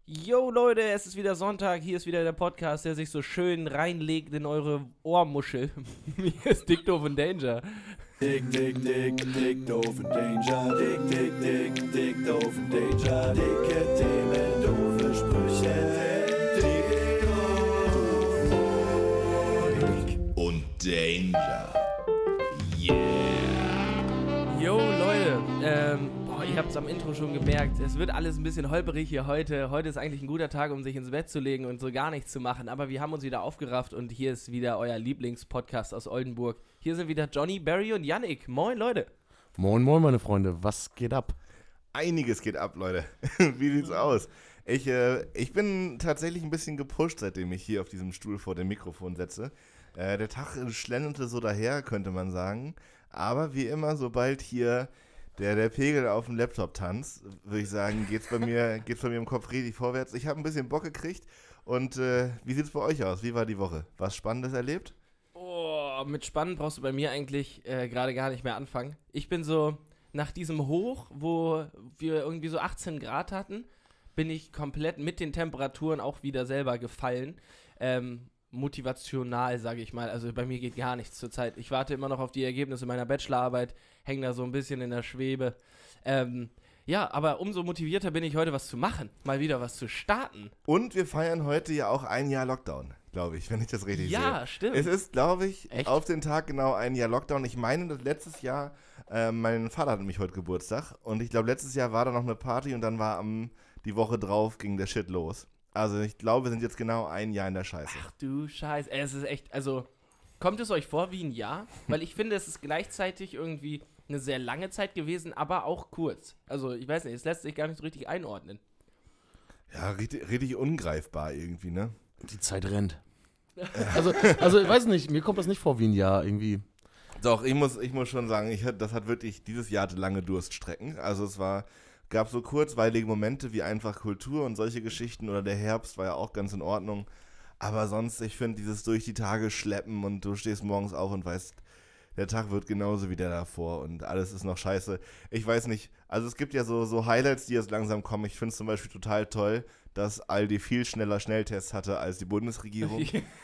Yo Leute, es ist wieder Sonntag, hier ist wieder der Podcast, der sich so schön reinlegt in eure Ohrmuschel. Hier ist Dick, Doof und Danger. Dick, doof und Danger. Dick, doof und Danger. Dicke Themen, doofe Sprüche. Dick und Danger. Yeah. Yo Leute, ihr habt es am Intro schon gemerkt, es wird alles ein bisschen holperig hier heute. Heute ist eigentlich ein guter Tag, um sich ins Bett zu legen und so gar nichts zu machen, aber wir haben uns wieder aufgerafft und hier ist wieder euer Lieblingspodcast aus Oldenburg. Hier sind wieder Johnny, Barry und Yannick. Moin Leute. Moin, moin, meine Freunde. Was geht ab? Einiges geht ab, Leute. Wie sieht's aus? Ich bin tatsächlich ein bisschen gepusht, seitdem ich hier auf diesem Stuhl vor dem Mikrofon sitze. Der Tag schlenderte so daher, könnte man sagen. Aber wie immer, sobald hier der Pegel auf dem Laptop tanzt, würde ich sagen, geht's bei mir im Kopf richtig vorwärts. Ich habe ein bisschen Bock gekriegt. Und wie sieht's bei euch aus? Wie war die Woche? Was Spannendes erlebt? Oh, mit Spannend brauchst du bei mir eigentlich gerade gar nicht mehr anfangen. Ich bin so, nach diesem Hoch, wo wir irgendwie so 18 Grad hatten, bin ich komplett mit den Temperaturen auch wieder selber gefallen. Motivational, sage ich mal. Also bei mir geht gar nichts zurzeit. Ich warte immer noch auf die Ergebnisse meiner Bachelorarbeit, hänge da so ein bisschen in der Schwebe. Ja, aber umso motivierter bin ich heute, was zu machen. Mal wieder was zu starten. Und wir feiern heute ja auch ein Jahr Lockdown, glaube ich, wenn ich das richtig sehe. Ja, stimmt. Es ist, glaube ich, Echt? auf den Tag genau ein Jahr Lockdown. Ich meine, dass letztes Jahr, mein Vater hatte mich heute Geburtstag und ich glaube, letztes Jahr war da noch eine Party und dann war die Woche drauf ging der Shit los. Also ich glaube, wir sind jetzt genau ein Jahr in der Scheiße. Ach du Scheiße. Es ist echt, also, kommt es euch vor wie ein Jahr? Weil ich finde, es ist gleichzeitig irgendwie eine sehr lange Zeit gewesen, aber auch kurz. Also, ich weiß nicht, es lässt sich gar nicht so richtig einordnen. Ja, richtig ungreifbar irgendwie, ne? Die Zeit rennt. Also ich weiß nicht, mir kommt das nicht vor wie ein Jahr irgendwie. Doch, ich muss schon sagen, das hat wirklich, dieses Jahr hatte lange Durststrecken. Also gab so kurzweilige Momente wie einfach Kultur und solche Geschichten oder der Herbst war ja auch ganz in Ordnung. Aber sonst, ich finde dieses durch die Tage schleppen und du stehst morgens auf und weißt, der Tag wird genauso wie der davor und alles ist noch scheiße. Ich weiß nicht, also es gibt ja so Highlights, die jetzt langsam kommen. Ich finde es zum Beispiel total toll, dass Aldi viel schneller Schnelltests hatte als die Bundesregierung.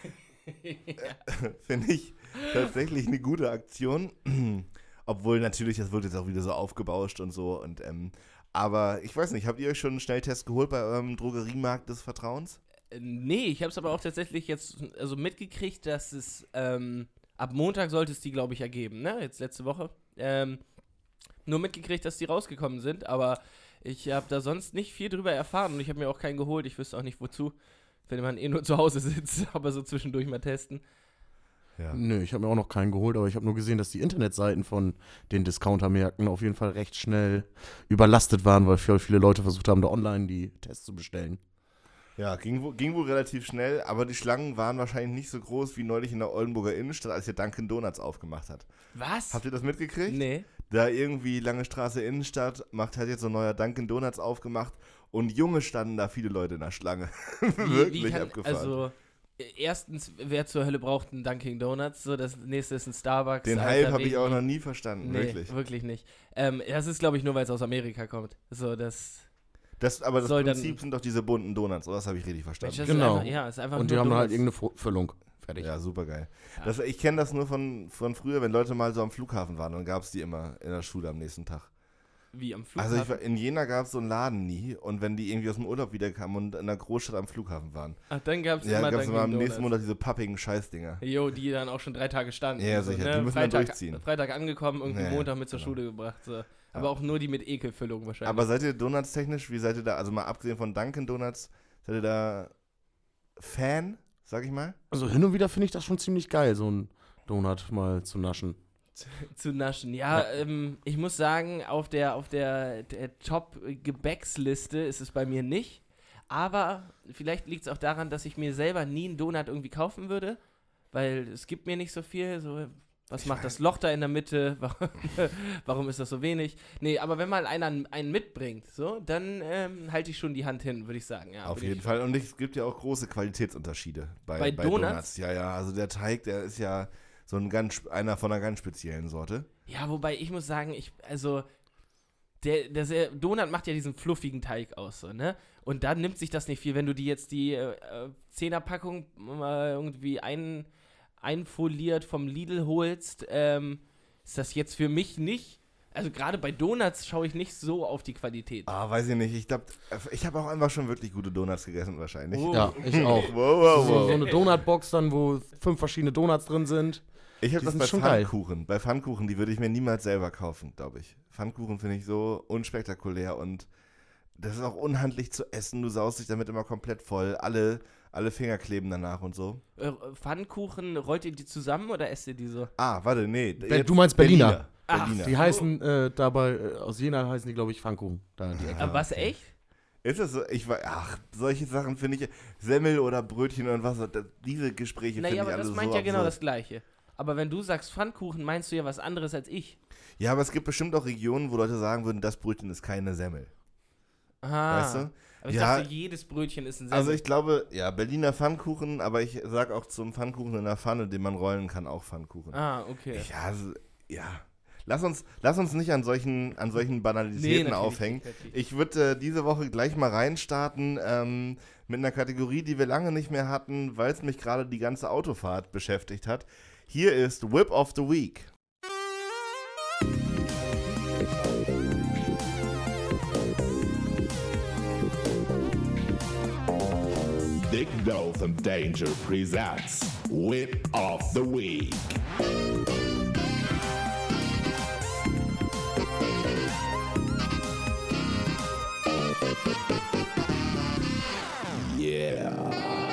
Finde ich tatsächlich eine gute Aktion. Obwohl natürlich, das wird jetzt auch wieder so aufgebauscht und so. Aber ich weiß nicht, habt ihr euch schon einen Schnelltest geholt bei eurem Drogeriemarkt des Vertrauens? Nee, ich habe es aber auch tatsächlich jetzt mitgekriegt, dass es, ab Montag sollte es die, glaube ich, ergeben, ne? Jetzt letzte Woche. Nur mitgekriegt, dass die rausgekommen sind, aber ich habe da sonst nicht viel drüber erfahren und ich habe mir auch keinen geholt. Ich wüsste auch nicht, wozu, wenn man nur zu Hause sitzt, aber so zwischendurch mal testen. Ja. Nö, ich habe mir auch noch keinen geholt, aber ich habe nur gesehen, dass die Internetseiten von den Discountermärkten auf jeden Fall recht schnell überlastet waren, weil viele Leute versucht haben, da online die Tests zu bestellen. Ja, ging wohl relativ schnell, aber die Schlangen waren wahrscheinlich nicht so groß wie neulich in der Oldenburger Innenstadt, als hier Dunkin' Donuts aufgemacht hat. Was? Habt ihr das mitgekriegt? Nee. Da irgendwie Lange Straße Innenstadt hat jetzt so ein neuer Dunkin' Donuts aufgemacht und Junge standen da viele Leute in der Schlange. Wirklich abgefahren. Also, erstens, wer zur Hölle braucht einen Dunkin' Donuts? So, das nächste ist ein Starbucks. Den Hype habe ich auch noch nie verstanden, nee, wirklich nicht. Das ist, glaube ich, nur, weil es aus Amerika kommt. So, Aber das soll Prinzip sind doch diese bunten Donuts, oder? Das habe ich richtig verstanden. Das Genau. Ist einfach Und die nur haben dann halt Donuts. irgendeine Füllung. Fertig. Ja, super geil. Ja. Ich kenne das nur von früher, wenn Leute mal so am Flughafen waren, dann gab es die immer in der Schule am nächsten Tag. Wie am Flughafen? Also in Jena gab es so einen Laden nie und wenn die irgendwie aus dem Urlaub wiederkamen und in der Großstadt am Flughafen waren. Ach, dann gab es Ja, immer gab es Dunkin' immer am Donuts. nächsten Monat diese pappigen Scheißdinger. Jo, die dann auch schon 3 Tage standen. Ja, so, sicher, ne? die müssen dann durchziehen. Freitag angekommen, irgendwie Ja, Montag mit zur genau. Schule gebracht. So. Aber auch nur die mit Ekelfüllung wahrscheinlich. Aber seid ihr Donuts-technisch, wie seid ihr da, also mal abgesehen von Dunkin' Donuts, seid ihr da Fan, sag ich mal? Also hin und wieder finde ich das schon ziemlich geil, so ein Donut mal zu naschen. zu naschen. Ja, ich muss sagen, auf der Top-Gebäcksliste ist es bei mir nicht. Aber vielleicht liegt es auch daran, dass ich mir selber nie einen Donut irgendwie kaufen würde, weil es gibt mir nicht so viel. So, was macht das Loch da in der Mitte? Warum ist das so wenig? Nee, aber wenn mal einer einen mitbringt, so, dann halte ich schon die Hand hin, würde ich sagen. Ja, Auf jeden Fall. Und es gibt ja auch große Qualitätsunterschiede bei Donuts. Ja, also der Teig, der ist ja so einer von einer ganz speziellen Sorte. Ja, wobei ich muss sagen, der Donut macht ja diesen fluffigen Teig aus, so, ne? Und da nimmt sich das nicht viel. Wenn du die 10er-Packung irgendwie einfoliert vom Lidl holst, ist das jetzt für mich nicht. Also gerade bei Donuts schaue ich nicht so auf die Qualität. Weiß ich nicht. Ich glaube, ich habe auch einfach schon wirklich gute Donuts gegessen wahrscheinlich. Oh. Ja, ich auch. So eine Donutbox dann, wo 5 verschiedene Donuts drin sind. Ich habe Die das sind bei schon geil. Pfannkuchen. Bei Pfannkuchen, die würde ich mir niemals selber kaufen, glaube ich. Pfannkuchen finde ich so unspektakulär und das ist auch unhandlich zu essen. Du saust dich damit immer komplett voll. Alle Finger kleben danach und so. Pfannkuchen, rollt ihr die zusammen oder esst ihr die so? Warte, nee. Du meinst Berliner. Ach, Berliner. Die heißen dabei, aus Jena heißen die, glaube ich, Pfannkuchen. Da die Ecke. Aber was, echt? Ist das so? Solche Sachen finde ich, Semmel oder Brötchen und was, diese Gespräche finde ich Naja, aber alle das so meint ja genau absurd. das Gleiche. Aber wenn du sagst Pfannkuchen, meinst du ja was anderes als ich. Ja, aber es gibt bestimmt auch Regionen, wo Leute sagen würden, das Brötchen ist keine Semmel. Aha. Weißt du? Aber ich Ja. dachte, jedes Brötchen ist ein Semmel. Also ich glaube, ja, Berliner Pfannkuchen, aber ich sag auch zum Pfannkuchen in der Pfanne, den man rollen kann, auch Pfannkuchen. Okay. Ja. Lass uns nicht an solchen Banalitäten natürlich aufhängen. nicht, natürlich. Ich würde diese Woche gleich mal reinstarten mit einer Kategorie, die wir lange nicht mehr hatten, weil es mich gerade die ganze Autofahrt beschäftigt hat. Hier ist Whip of the Week. Dick Doof and Danger presents Whip of the Week. Yeah.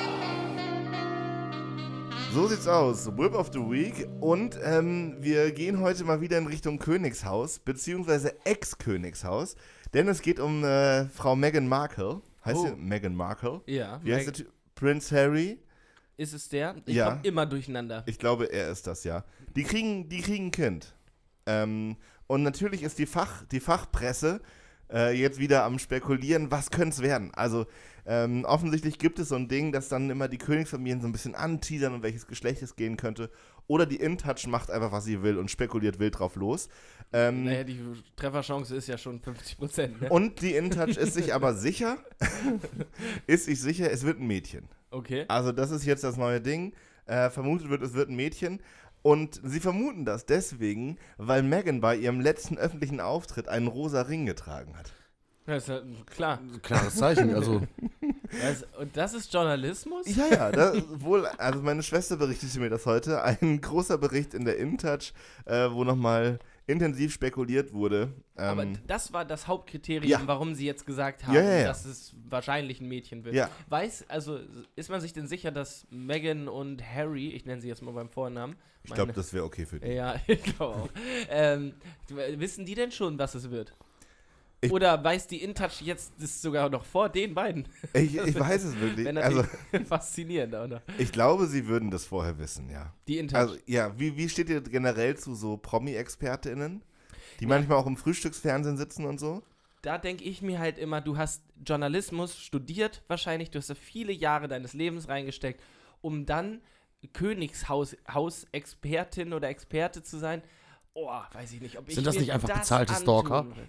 So sieht's aus, Whip of the Week und wir gehen heute mal wieder in Richtung Königshaus, beziehungsweise Ex-Königshaus, denn es geht um Frau Meghan Markle. Heißt sie Meghan Markle? Ja. Wie heißt der Typ? Prince Harry? Ist es der? Ich Ja. komme immer durcheinander. Ich glaube, er ist das, ja. Die kriegen ein Kind. Und natürlich ist die Fachpresse jetzt wieder am Spekulieren, was könnte es werden. Also offensichtlich gibt es so ein Ding, dass dann immer die Königsfamilien so ein bisschen anteasern, um welches Geschlecht es gehen könnte. Oder die InTouch macht einfach, was sie will und spekuliert wild drauf los. Naja, die Trefferchance ist ja schon 50%, ne? Und die InTouch ist sich aber sicher, es wird ein Mädchen. Okay. Also das ist jetzt das neue Ding. Vermutet wird, es wird ein Mädchen. Und sie vermuten das deswegen, weil Meghan bei ihrem letzten öffentlichen Auftritt einen rosa Ring getragen hat. Das ist ja klar. Klares Zeichen, also. Und das ist Journalismus? Ja, also meine Schwester berichtete mir das heute. Ein großer Bericht in der InTouch, wo nochmal intensiv spekuliert wurde. Aber das war das Hauptkriterium, Ja. warum sie jetzt gesagt haben, Ja. dass es wahrscheinlich ein Mädchen wird. Ja. Ist man sich denn sicher, dass Meghan und Harry, ich nenne sie jetzt mal beim Vornamen. Ich glaube, das wäre okay für die. Ja, ich glaube auch. Wissen die denn schon, was es wird? Ich- Oder weiß die InTouch jetzt das sogar noch vor den beiden? Ich weiß es wirklich. Wäre Also natürlich faszinierend auch noch. ich glaube, sie würden das vorher wissen, ja. Die InTouch. Also ja, wie steht ihr generell zu so Promi-ExpertInnen, die manchmal auch im Frühstücksfernsehen sitzen und so? Da denke ich mir halt immer, du hast Journalismus studiert wahrscheinlich, du hast da viele Jahre deines Lebens reingesteckt, um dann Königshaus-Expertin oder Experte zu sein. Oh, weiß ich nicht, ob ich Sind das mir nicht einfach das bezahlte antun Stalker? würde.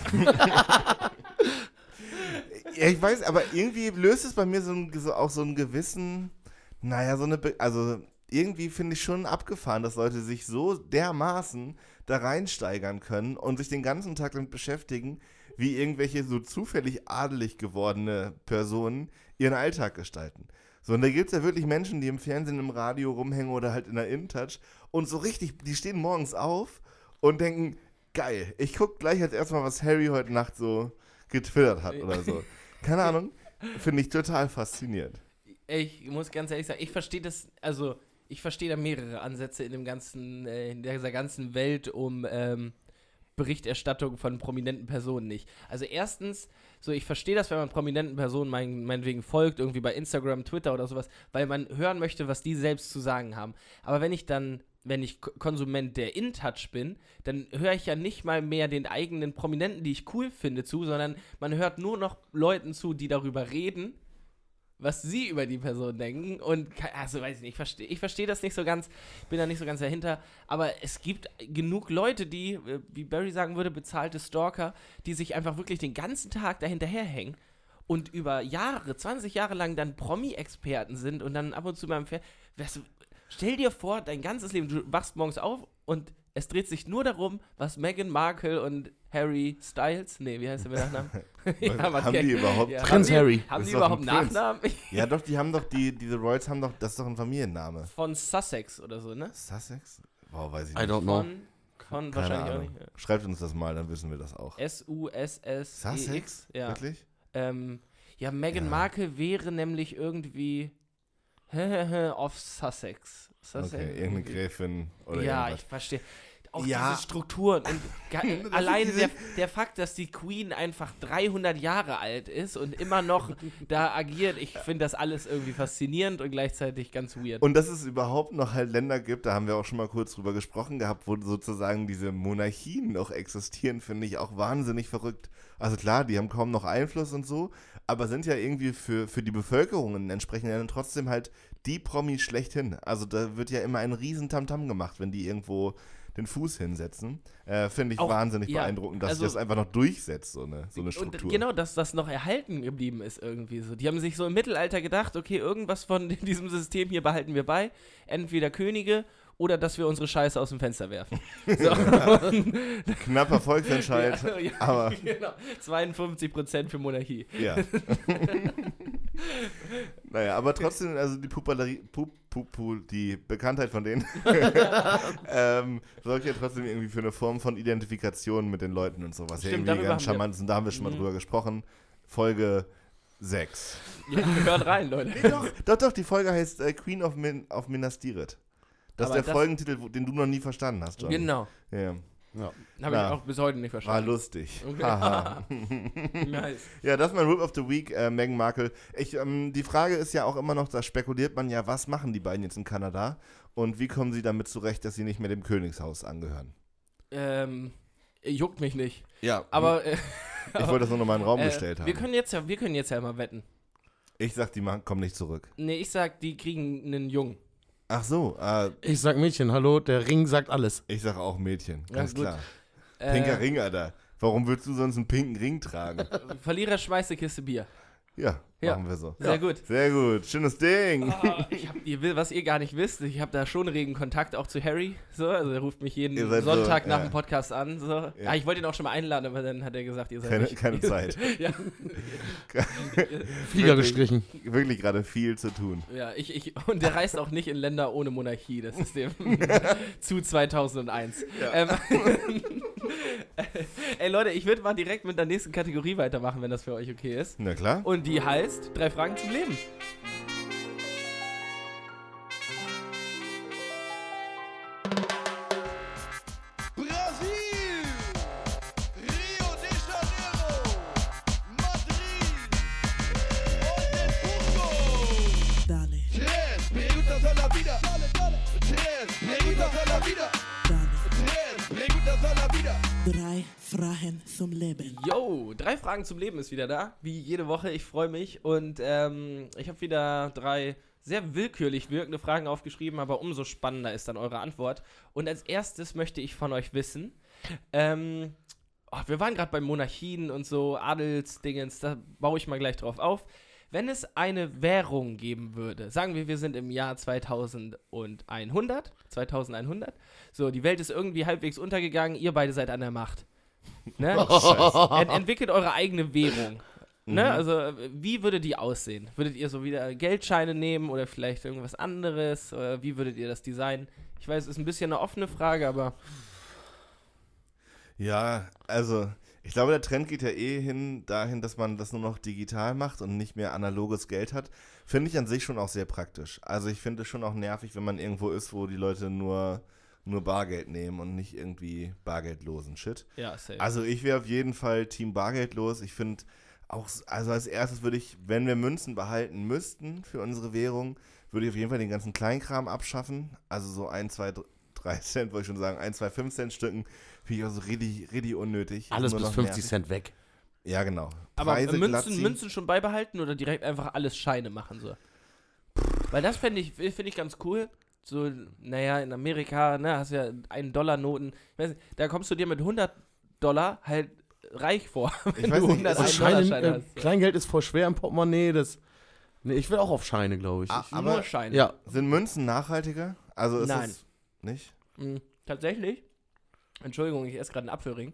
Ja, ich weiß, aber irgendwie löst es bei mir auch so einen gewissen, also irgendwie finde ich schon abgefahren, dass Leute sich so dermaßen da reinsteigern können und sich den ganzen Tag damit beschäftigen, wie irgendwelche so zufällig adelig gewordene Personen ihren Alltag gestalten. So, und da gibt es ja wirklich Menschen, die im Fernsehen, im Radio rumhängen oder halt in der InTouch und so richtig, die stehen morgens auf und denken, geil, ich gucke gleich als erstmal, was Harry heute Nacht so getwittert hat oder so. Keine Ahnung, finde ich total faszinierend. Ich muss ganz ehrlich sagen, ich verstehe das, also ich verstehe da mehrere Ansätze in dieser ganzen Welt um Berichterstattung von prominenten Personen nicht. Also erstens, so ich verstehe das, wenn man prominenten Personen meinetwegen folgt, irgendwie bei Instagram, Twitter oder sowas, weil man hören möchte, was die selbst zu sagen haben. Aber wenn ich Konsument der InTouch bin, dann höre ich ja nicht mal mehr den eigenen Prominenten, die ich cool finde, zu, sondern man hört nur noch Leuten zu, die darüber reden, was sie über die Person denken. Und, also weiß ich nicht, ich verstehe das nicht so ganz, bin da nicht so ganz dahinter. Aber es gibt genug Leute, die, wie Barry sagen würde, bezahlte Stalker, die sich einfach wirklich den ganzen Tag dahinterherhängen und über Jahre, 20 Jahre lang dann Promi-Experten sind und dann ab und zu beim stell dir vor, dein ganzes Leben, du wachst morgens auf und es dreht sich nur darum, was Meghan Markle und Harry Styles, nee, wie heißt der mit Nachnamen? Haben die überhaupt? Ja. Prinz Harry. Haben Ist die doch überhaupt ein Prinz. Nachnamen? Ja, doch, die haben doch, diese Royals haben doch, das ist doch ein Familienname. Von Sussex oder so, ne? Sussex? Wow, weiß ich I nicht. don't know. Von Keine wahrscheinlich auch Ahnung. nicht. Ja. Schreibt uns das mal, dann wissen wir das auch. Sussex. Sussex? Ja. Wirklich? Ja, Meghan Ja. Markle wäre nämlich irgendwie of Sussex. Okay, irgendeine Gräfin oder Ja, irgendwas. ich verstehe. Auch Ja. diese Strukturen. Und Das alleine ist der Fakt, dass die Queen einfach 300 Jahre alt ist und immer noch da agiert, ich finde das alles irgendwie faszinierend und gleichzeitig ganz weird. Und dass es überhaupt noch halt Länder gibt, da haben wir auch schon mal kurz drüber gesprochen gehabt, wo sozusagen diese Monarchien noch existieren, finde ich auch wahnsinnig verrückt. Also klar, die haben kaum noch Einfluss und so, aber sind ja irgendwie für die Bevölkerung in entsprechenden Ländern trotzdem halt die Promis schlechthin. Also da wird ja immer ein riesen Tamtam gemacht, wenn die irgendwo den Fuß hinsetzen. Finde ich Auch, wahnsinnig ja, beeindruckend, dass also- sich das einfach noch durchsetzt, so eine Struktur. Und genau, dass das noch erhalten geblieben ist irgendwie so. Die haben sich so im Mittelalter gedacht, okay, irgendwas von diesem System hier behalten wir bei. Entweder Könige oder dass wir unsere Scheiße aus dem Fenster werfen. So. Knapper Volksentscheid, Ja, aber genau. 52% für Monarchie. ja. Naja, aber trotzdem, also die Bekanntheit von denen sorgt ja trotzdem irgendwie für eine Form von Identifikation mit den Leuten und sowas. Ja, Stimmt, irgendwie darüber ganz haben wir- charmant ist. Und da haben wir schon mal drüber gesprochen. Folge 6. Ja, hört rein, Leute. Doch, die Folge heißt Queen of Minas Tirith. Das ist Aber der das- Folgentitel, den du noch nie verstanden hast, John. Genau. Ja. Ja. Habe Ja. ich auch bis heute nicht War verstanden. lustig. Okay. Haha. Nice. Ja, das ist mein Rip of the Week, Meghan Markle. Die Frage ist ja auch immer noch, da spekuliert man ja, was machen die beiden jetzt in Kanada und wie kommen sie damit zurecht, dass sie nicht mehr dem Königshaus angehören? Juckt mich nicht. Ja, Aber ich wollte das nur noch mal in den Raum gestellt wir haben. können jetzt ja mal wetten. Ich sag, die kommen nicht zurück. Nee, ich sag, die kriegen einen Jungen. Ach so, Ich sag Mädchen, hallo, der Ring sagt alles. ich sag auch Mädchen, Ja, ganz gut. klar. Pinker Ring, Alter. Warum willst du sonst einen pinken Ring tragen? Verlierer schmeißt eine Kiste Bier. Ja, Ja. machen wir so. Sehr gut. Sehr gut, schönes Ding. Was ihr gar nicht wisst, ich habe da schon regen Kontakt auch zu Harry. So, also er ruft mich jeden Ihr seid Sonntag so, nach ja. dem Podcast an. So. Ah, ich wollte ihn auch schon mal einladen, aber dann hat er gesagt, ihr seid Keine Zeit. Ja, Flieger Wirklich. gestrichen. Wirklich gerade viel zu tun. ja und der reist auch nicht in Länder ohne Monarchie. Das ist dem zu 2001. Ey Leute, ich würde mal direkt mit der nächsten Kategorie weitermachen, wenn das für euch okay ist. Na klar. Und die heißt 3 Fragen zum Leben. Brasil, Rio de Janeiro, Madrid und el Punto. Dale, Tres preguntas a la vida. Tres preguntas a la vida. dale. Tres preguntas a la vida. 3 Fragen zum Leben. Yo, 3 Fragen zum Leben ist wieder da, wie jede Woche. Ich freue mich und ich habe wieder 3 sehr willkürlich wirkende Fragen aufgeschrieben, aber umso spannender ist dann eure Antwort. Und als erstes möchte ich von euch wissen, wir waren gerade bei Monarchien und so, Adelsdingens, da baue ich mal gleich drauf auf. Wenn es eine Währung geben würde, sagen wir sind im Jahr 2100, so, die Welt ist irgendwie halbwegs untergegangen, ihr beide seid an der Macht. Ne? Entwickelt eure eigene Währung. Ne? Also, wie würde die aussehen? Würdet ihr so wieder Geldscheine nehmen oder vielleicht irgendwas anderes? Oder wie würdet ihr das designen? Ich weiß, es ist ein bisschen eine offene Frage, aber Ja, also ich glaube, der Trend geht ja dahin, dass man das nur noch digital macht und nicht mehr analoges Geld hat. Finde ich an sich schon auch sehr praktisch. Also ich finde es schon auch nervig, wenn man irgendwo ist, wo die Leute nur Bargeld nehmen und nicht irgendwie bargeldlosen Shit. ja, safe. Also ich wäre auf jeden Fall Team bargeldlos. Ich finde auch, also als erstes würde ich, wenn wir Münzen behalten müssten für unsere Währung, würde ich auf jeden Fall den ganzen Kleinkram abschaffen. Also so 1, 2, 3 Cent, wollte ich schon sagen, 1, 2, 5 Cent Stücken finde ich auch so richtig, richtig unnötig. Alles Nur bis noch 50 nervig. Cent weg. Ja, genau. Aber Preise glatt ziehen. Münzen schon beibehalten oder direkt einfach alles Scheine machen so? Weil das find ich ganz cool. So, naja, in Amerika, ne, hast ja $1-Noten. Ich weiß nicht, da kommst du dir mit $100 halt reich vor, wenn Ich weiß du nicht, also $100-Scheine hast. Kleingeld ist voll schwer im Portemonnaie. Ich will auch auf Scheine, glaube ich. Aber Nur Scheine. Ja. sind Münzen nachhaltiger? Also ist Nein. es nicht? Tatsächlich. Entschuldigung, ich esse gerade einen Apfelring.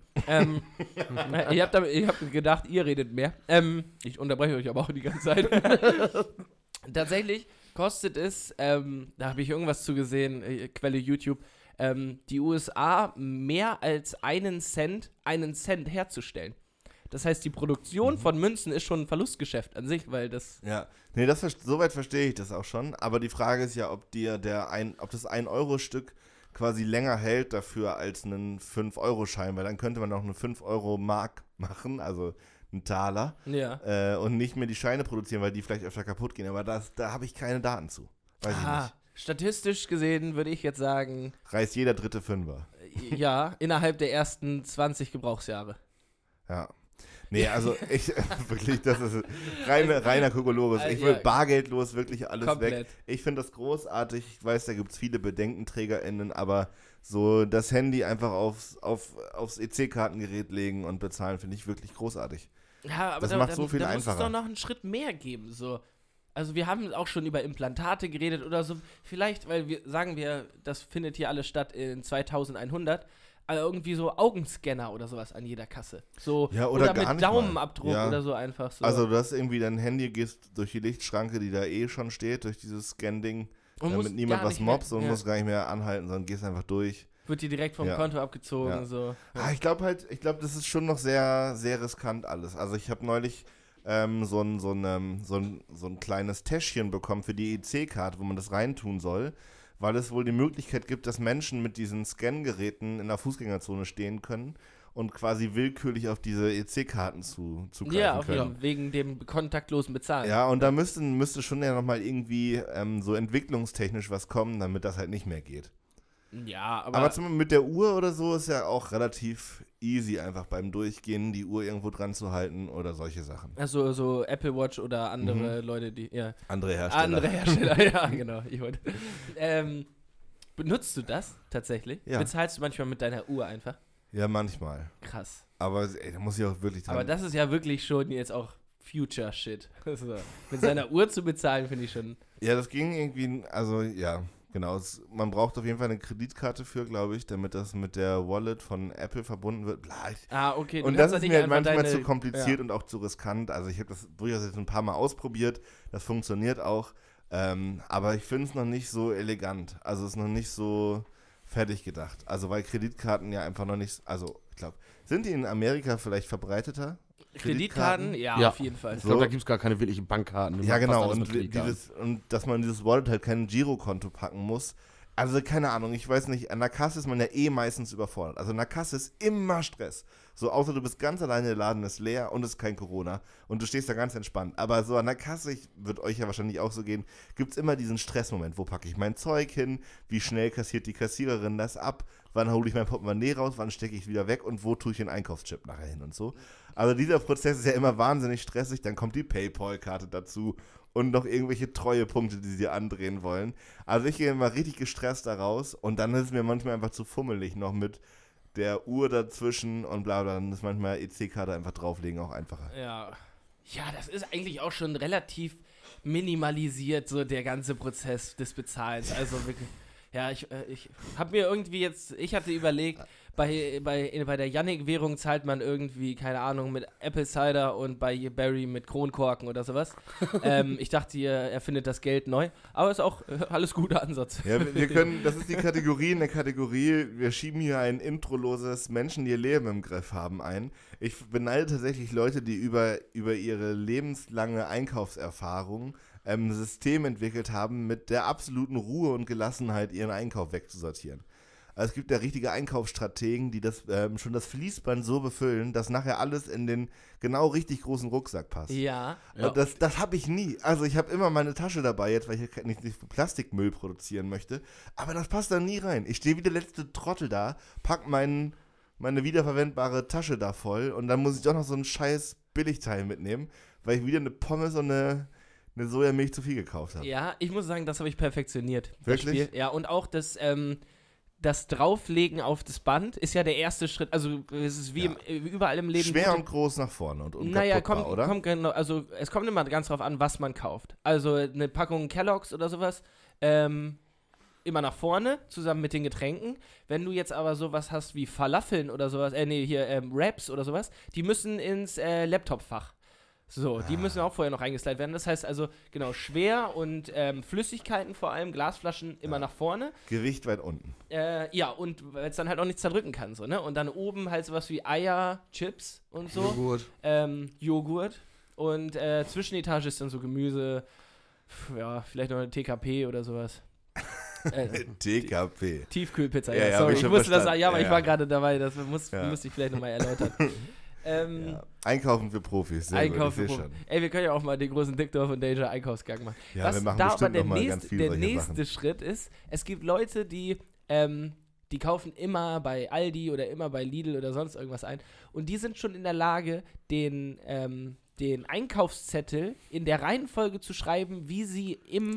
Ich hab gedacht, ihr redet mehr. Ich unterbreche euch aber auch die ganze Zeit. Tatsächlich kostet es, da habe ich irgendwas zu gesehen, Quelle YouTube, die USA mehr als einen Cent herzustellen. Das heißt, die Produktion von Münzen ist schon ein Verlustgeschäft an sich, weil das... Ja, nee, soweit verstehe ich das auch schon. Aber die Frage ist ja, ob das 1-Euro-Stück quasi länger hält dafür als einen 5-Euro-Schein, weil dann könnte man auch eine 5-Euro-Mark machen, also einen Taler, und nicht mehr die Scheine produzieren, weil die vielleicht öfter kaputt gehen. Aber da habe ich keine Daten zu. Weiß ich nicht. Statistisch gesehen würde ich jetzt sagen, Reißt jeder dritte Fünfer. ja, innerhalb der ersten 20 Gebrauchsjahre. Ja. Nee, also wirklich, das ist reiner Kokolores. Ich will bargeldlos wirklich alles komplett weg. Ich finde das großartig. Ich weiß, da gibt es viele BedenkenträgerInnen, aber so das Handy einfach aufs EC-Kartengerät legen und bezahlen, finde ich wirklich großartig. Ja, aber Das macht so viel da muss einfacher. es doch noch einen Schritt mehr geben. So. Also wir haben auch schon über Implantate geredet oder so. Vielleicht, weil sagen wir, das findet hier alles statt in 2100. Also irgendwie so Augenscanner oder sowas an jeder Kasse. So, Ja, oder gar mit nicht Daumenabdruck mal. Ja. oder so einfach so. Also du hast irgendwie dein Handy, gehst durch die Lichtschranke, die da schon steht, durch dieses Scan-Ding, Und musst damit niemand gar was nicht mehr- mobst und ja. musst gar nicht mehr anhalten, sondern gehst einfach durch. Wird dir direkt vom Ja. Konto abgezogen. Ja. So. Ah, ich glaube, das ist schon noch sehr, sehr riskant alles. Also ich habe neulich so ein kleines Täschchen bekommen für die EC-Karte, wo man das reintun soll, weil es wohl die Möglichkeit gibt, dass Menschen mit diesen Scan-Geräten in der Fußgängerzone stehen können und quasi willkürlich auf diese EC-Karten zugreifen Ja, auf können. jeden Fall, wegen dem kontaktlosen Bezahlen. Ja, und da müsste schon ja nochmal irgendwie so entwicklungstechnisch was kommen, damit das halt nicht mehr geht. Ja, Aber mit der Uhr oder so ist ja auch relativ easy, einfach beim Durchgehen die Uhr irgendwo dran zu halten oder solche Sachen. also so Apple Watch oder andere Leute, die, ja. Andere Hersteller. Andere Hersteller, ja, genau. Benutzt du das tatsächlich? Ja. Bezahlst du manchmal mit deiner Uhr einfach? Ja, manchmal. Krass. Aber da muss ich auch wirklich dran. Aber das ist ja wirklich schon jetzt auch Future-Shit. So. Mit seiner Uhr zu bezahlen, finde ich schon. Ja, das ging irgendwie, also ja, genau. Man braucht auf jeden Fall eine Kreditkarte für, glaube ich, damit das mit der Wallet von Apple verbunden wird. Okay. du Und kannst das da ist nicht mir halt einfach manchmal deine- zu kompliziert ja. und auch zu riskant. Also ich habe das durchaus jetzt ein paar Mal ausprobiert. Das funktioniert auch. Aber ich finde es noch nicht so elegant. Also es ist noch nicht so fertig gedacht. Also weil Kreditkarten ja einfach noch nicht, also ich glaube, sind die in Amerika vielleicht verbreiteter? Kreditkarten? Ja, Ja. auf jeden Fall. Ich glaube, da gibt es gar keine wirklichen Bankkarten. Ja, Fast genau. alles mit Und, Kreditkarten. und dass man dieses Wallet halt kein Girokonto packen muss. Also keine Ahnung, ich weiß nicht, an der Kasse ist man ja meistens überfordert. Also an der Kasse ist immer Stress. So, außer du bist ganz alleine, der Laden ist leer und es ist kein Corona und du stehst da ganz entspannt. Aber so an der Kasse, wird euch ja wahrscheinlich auch so gehen, gibt es immer diesen Stressmoment. Wo packe ich mein Zeug hin? Wie schnell kassiert die Kassiererin das ab? Wann hole ich mein Portemonnaie raus? Wann stecke ich es wieder weg? Und wo tue ich den Einkaufschip nachher hin und so? Also dieser Prozess ist ja immer wahnsinnig stressig. Dann kommt die PayPal-Karte dazu und noch irgendwelche Treuepunkte, die sie andrehen wollen. Also ich gehe immer richtig gestresst da raus und dann ist es mir manchmal einfach zu fummelig noch mit der Uhr dazwischen und bla bla. Dann ist manchmal EC-Karte einfach drauflegen auch einfacher. Ja. Ja, das ist eigentlich auch schon relativ minimalisiert, so der ganze Prozess des Bezahlens. Also wirklich. Ja, ich habe mir irgendwie jetzt, ich hatte überlegt, bei der Yannick-Währung zahlt man irgendwie, keine Ahnung, mit Apple Cider und bei Barry mit Kronkorken oder sowas. Ich dachte, ihr erfindet das Geld neu, aber ist auch alles guter Ansatz. Ja, wir können, das ist die Kategorie in der Kategorie, wir schieben hier ein introloses Menschen, die ihr Leben im Griff haben ein. Ich beneide tatsächlich Leute, die über ihre lebenslange Einkaufserfahrung ein System entwickelt haben, mit der absoluten Ruhe und Gelassenheit ihren Einkauf wegzusortieren. Also es gibt ja richtige Einkaufsstrategen, die das schon das Fließband so befüllen, dass nachher alles in den genau richtig großen Rucksack passt. Ja. Und das habe ich nie. Also ich habe immer meine Tasche dabei, jetzt weil ich nicht Plastikmüll produzieren möchte. Aber das passt da nie rein. Ich stehe wie der letzte Trottel da, pack meine wiederverwendbare Tasche da voll und dann muss ich doch noch so einen scheiß Billigteil mitnehmen, weil ich wieder eine Pommes und eine Sojamilch zu viel gekauft habe. Ja, ich muss sagen, das habe ich perfektioniert. Wirklich? Das Spiel. Ja, und auch das Drauflegen auf das Band ist ja der erste Schritt. Also es ist wie überall im Leben. Schwer und groß nach vorne und Naja, unkaputtbar, oder? kommt genau, also es kommt immer ganz drauf an, was man kauft. Also eine Packung Kellogg's oder sowas, immer nach vorne, zusammen mit den Getränken. Wenn du jetzt aber sowas hast wie Falafeln oder sowas, Wraps oder sowas, die müssen ins Laptopfach. So, die müssen auch vorher noch eingeslidet werden. Das heißt also, genau, schwer und Flüssigkeiten vor allem, Glasflaschen immer nach vorne. Gewicht weit unten. Ja, und weil es dann halt auch nichts zerdrücken kann, so, ne? Und dann oben halt sowas wie Eier, Chips und so. Joghurt. Joghurt. Und Zwischenetage ist dann so Gemüse, vielleicht noch eine TKP oder sowas. TKP. Tiefkühlpizza, Ja, sorry, hab ich schon musste das verstanden. sagen, aber Ja, ich war ja. gerade dabei, das musste ich vielleicht nochmal erläutern. Ja. Einkaufen für Profis, sehr Einkaufen. gut, ich seh schon. Ey, wir können ja auch mal den großen Dickdorf und Danger Einkaufsgang machen. Ja, Was wir machen da bestimmt aber der noch mal ganz viel der solche nächste Sachen. Schritt ist, es gibt Leute, die kaufen immer bei Aldi oder immer bei Lidl oder sonst irgendwas ein und die sind schon in der Lage, den Einkaufszettel in der Reihenfolge zu schreiben, wie sie im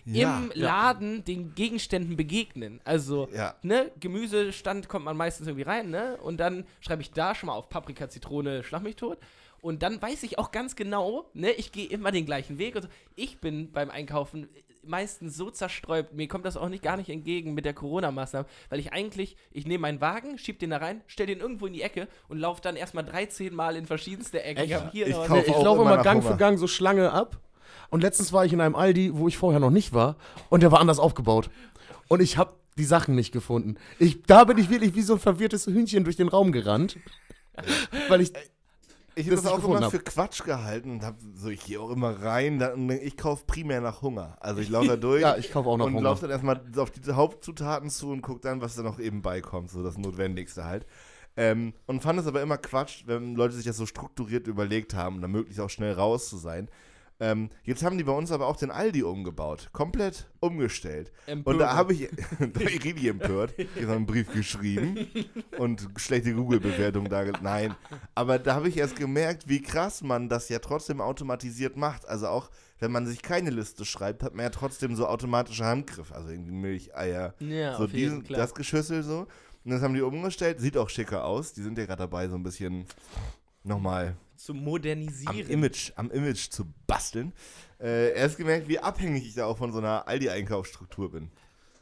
Laden den Gegenständen begegnen. Also, Ja. ne, Gemüsestand kommt man meistens irgendwie rein, ne? Und dann schreibe ich da schon mal auf Paprika, Zitrone, schlag mich tot. Und dann weiß ich auch ganz genau, ne, ich gehe immer den gleichen Weg. Und so. Ich bin beim Einkaufen meistens so zerstreut, mir kommt das auch gar nicht entgegen mit der Corona-Maßnahme, weil ich nehme meinen Wagen, schieb den da rein, stell den irgendwo in die Ecke und laufe dann erstmal 13 Mal in verschiedenste Ecken. Echt? Hab hier Ich noch kauf Ich auch laufe immer immer nach Gang Hunger. für Gang so Schlange ab. Und letztens war ich in einem Aldi, wo ich vorher noch nicht war. Und der war anders aufgebaut. Und ich habe die Sachen nicht gefunden. Da bin ich wirklich wie so ein verwirrtes Hühnchen durch den Raum gerannt. Weil ich Ich das habe das nicht auch gefunden immer hab. für Quatsch gehalten und ich gehe auch immer rein. Ich kaufe primär nach Hunger. Also ich laufe da durch Ja, ich kaufe auch nach und Hunger. laufe dann erstmal auf diese Hauptzutaten zu und gucke dann, was da noch eben beikommt. So das Notwendigste halt. Und fand es aber immer Quatsch, wenn Leute sich das so strukturiert überlegt haben, um dann möglichst auch schnell raus zu sein. Jetzt haben die bei uns aber auch den Aldi umgebaut. Komplett umgestellt. Und da habe ich richtig empört. Ich habe einen Brief geschrieben und schlechte Google-Bewertung da. Nein. Aber da habe ich erst gemerkt, wie krass man das ja trotzdem automatisiert macht. Also auch, wenn man sich keine Liste schreibt, hat man ja trotzdem so automatische Handgriffe. Also irgendwie Milch, Eier, Ja, so auf jeden, klar. das Geschüssel so. Und das haben die umgestellt. Sieht auch schicker aus. Die sind ja gerade dabei, so ein bisschen nochmal zu modernisieren. am Image zu basteln. Erst gemerkt, wie abhängig ich da auch von so einer Aldi-Einkaufsstruktur bin.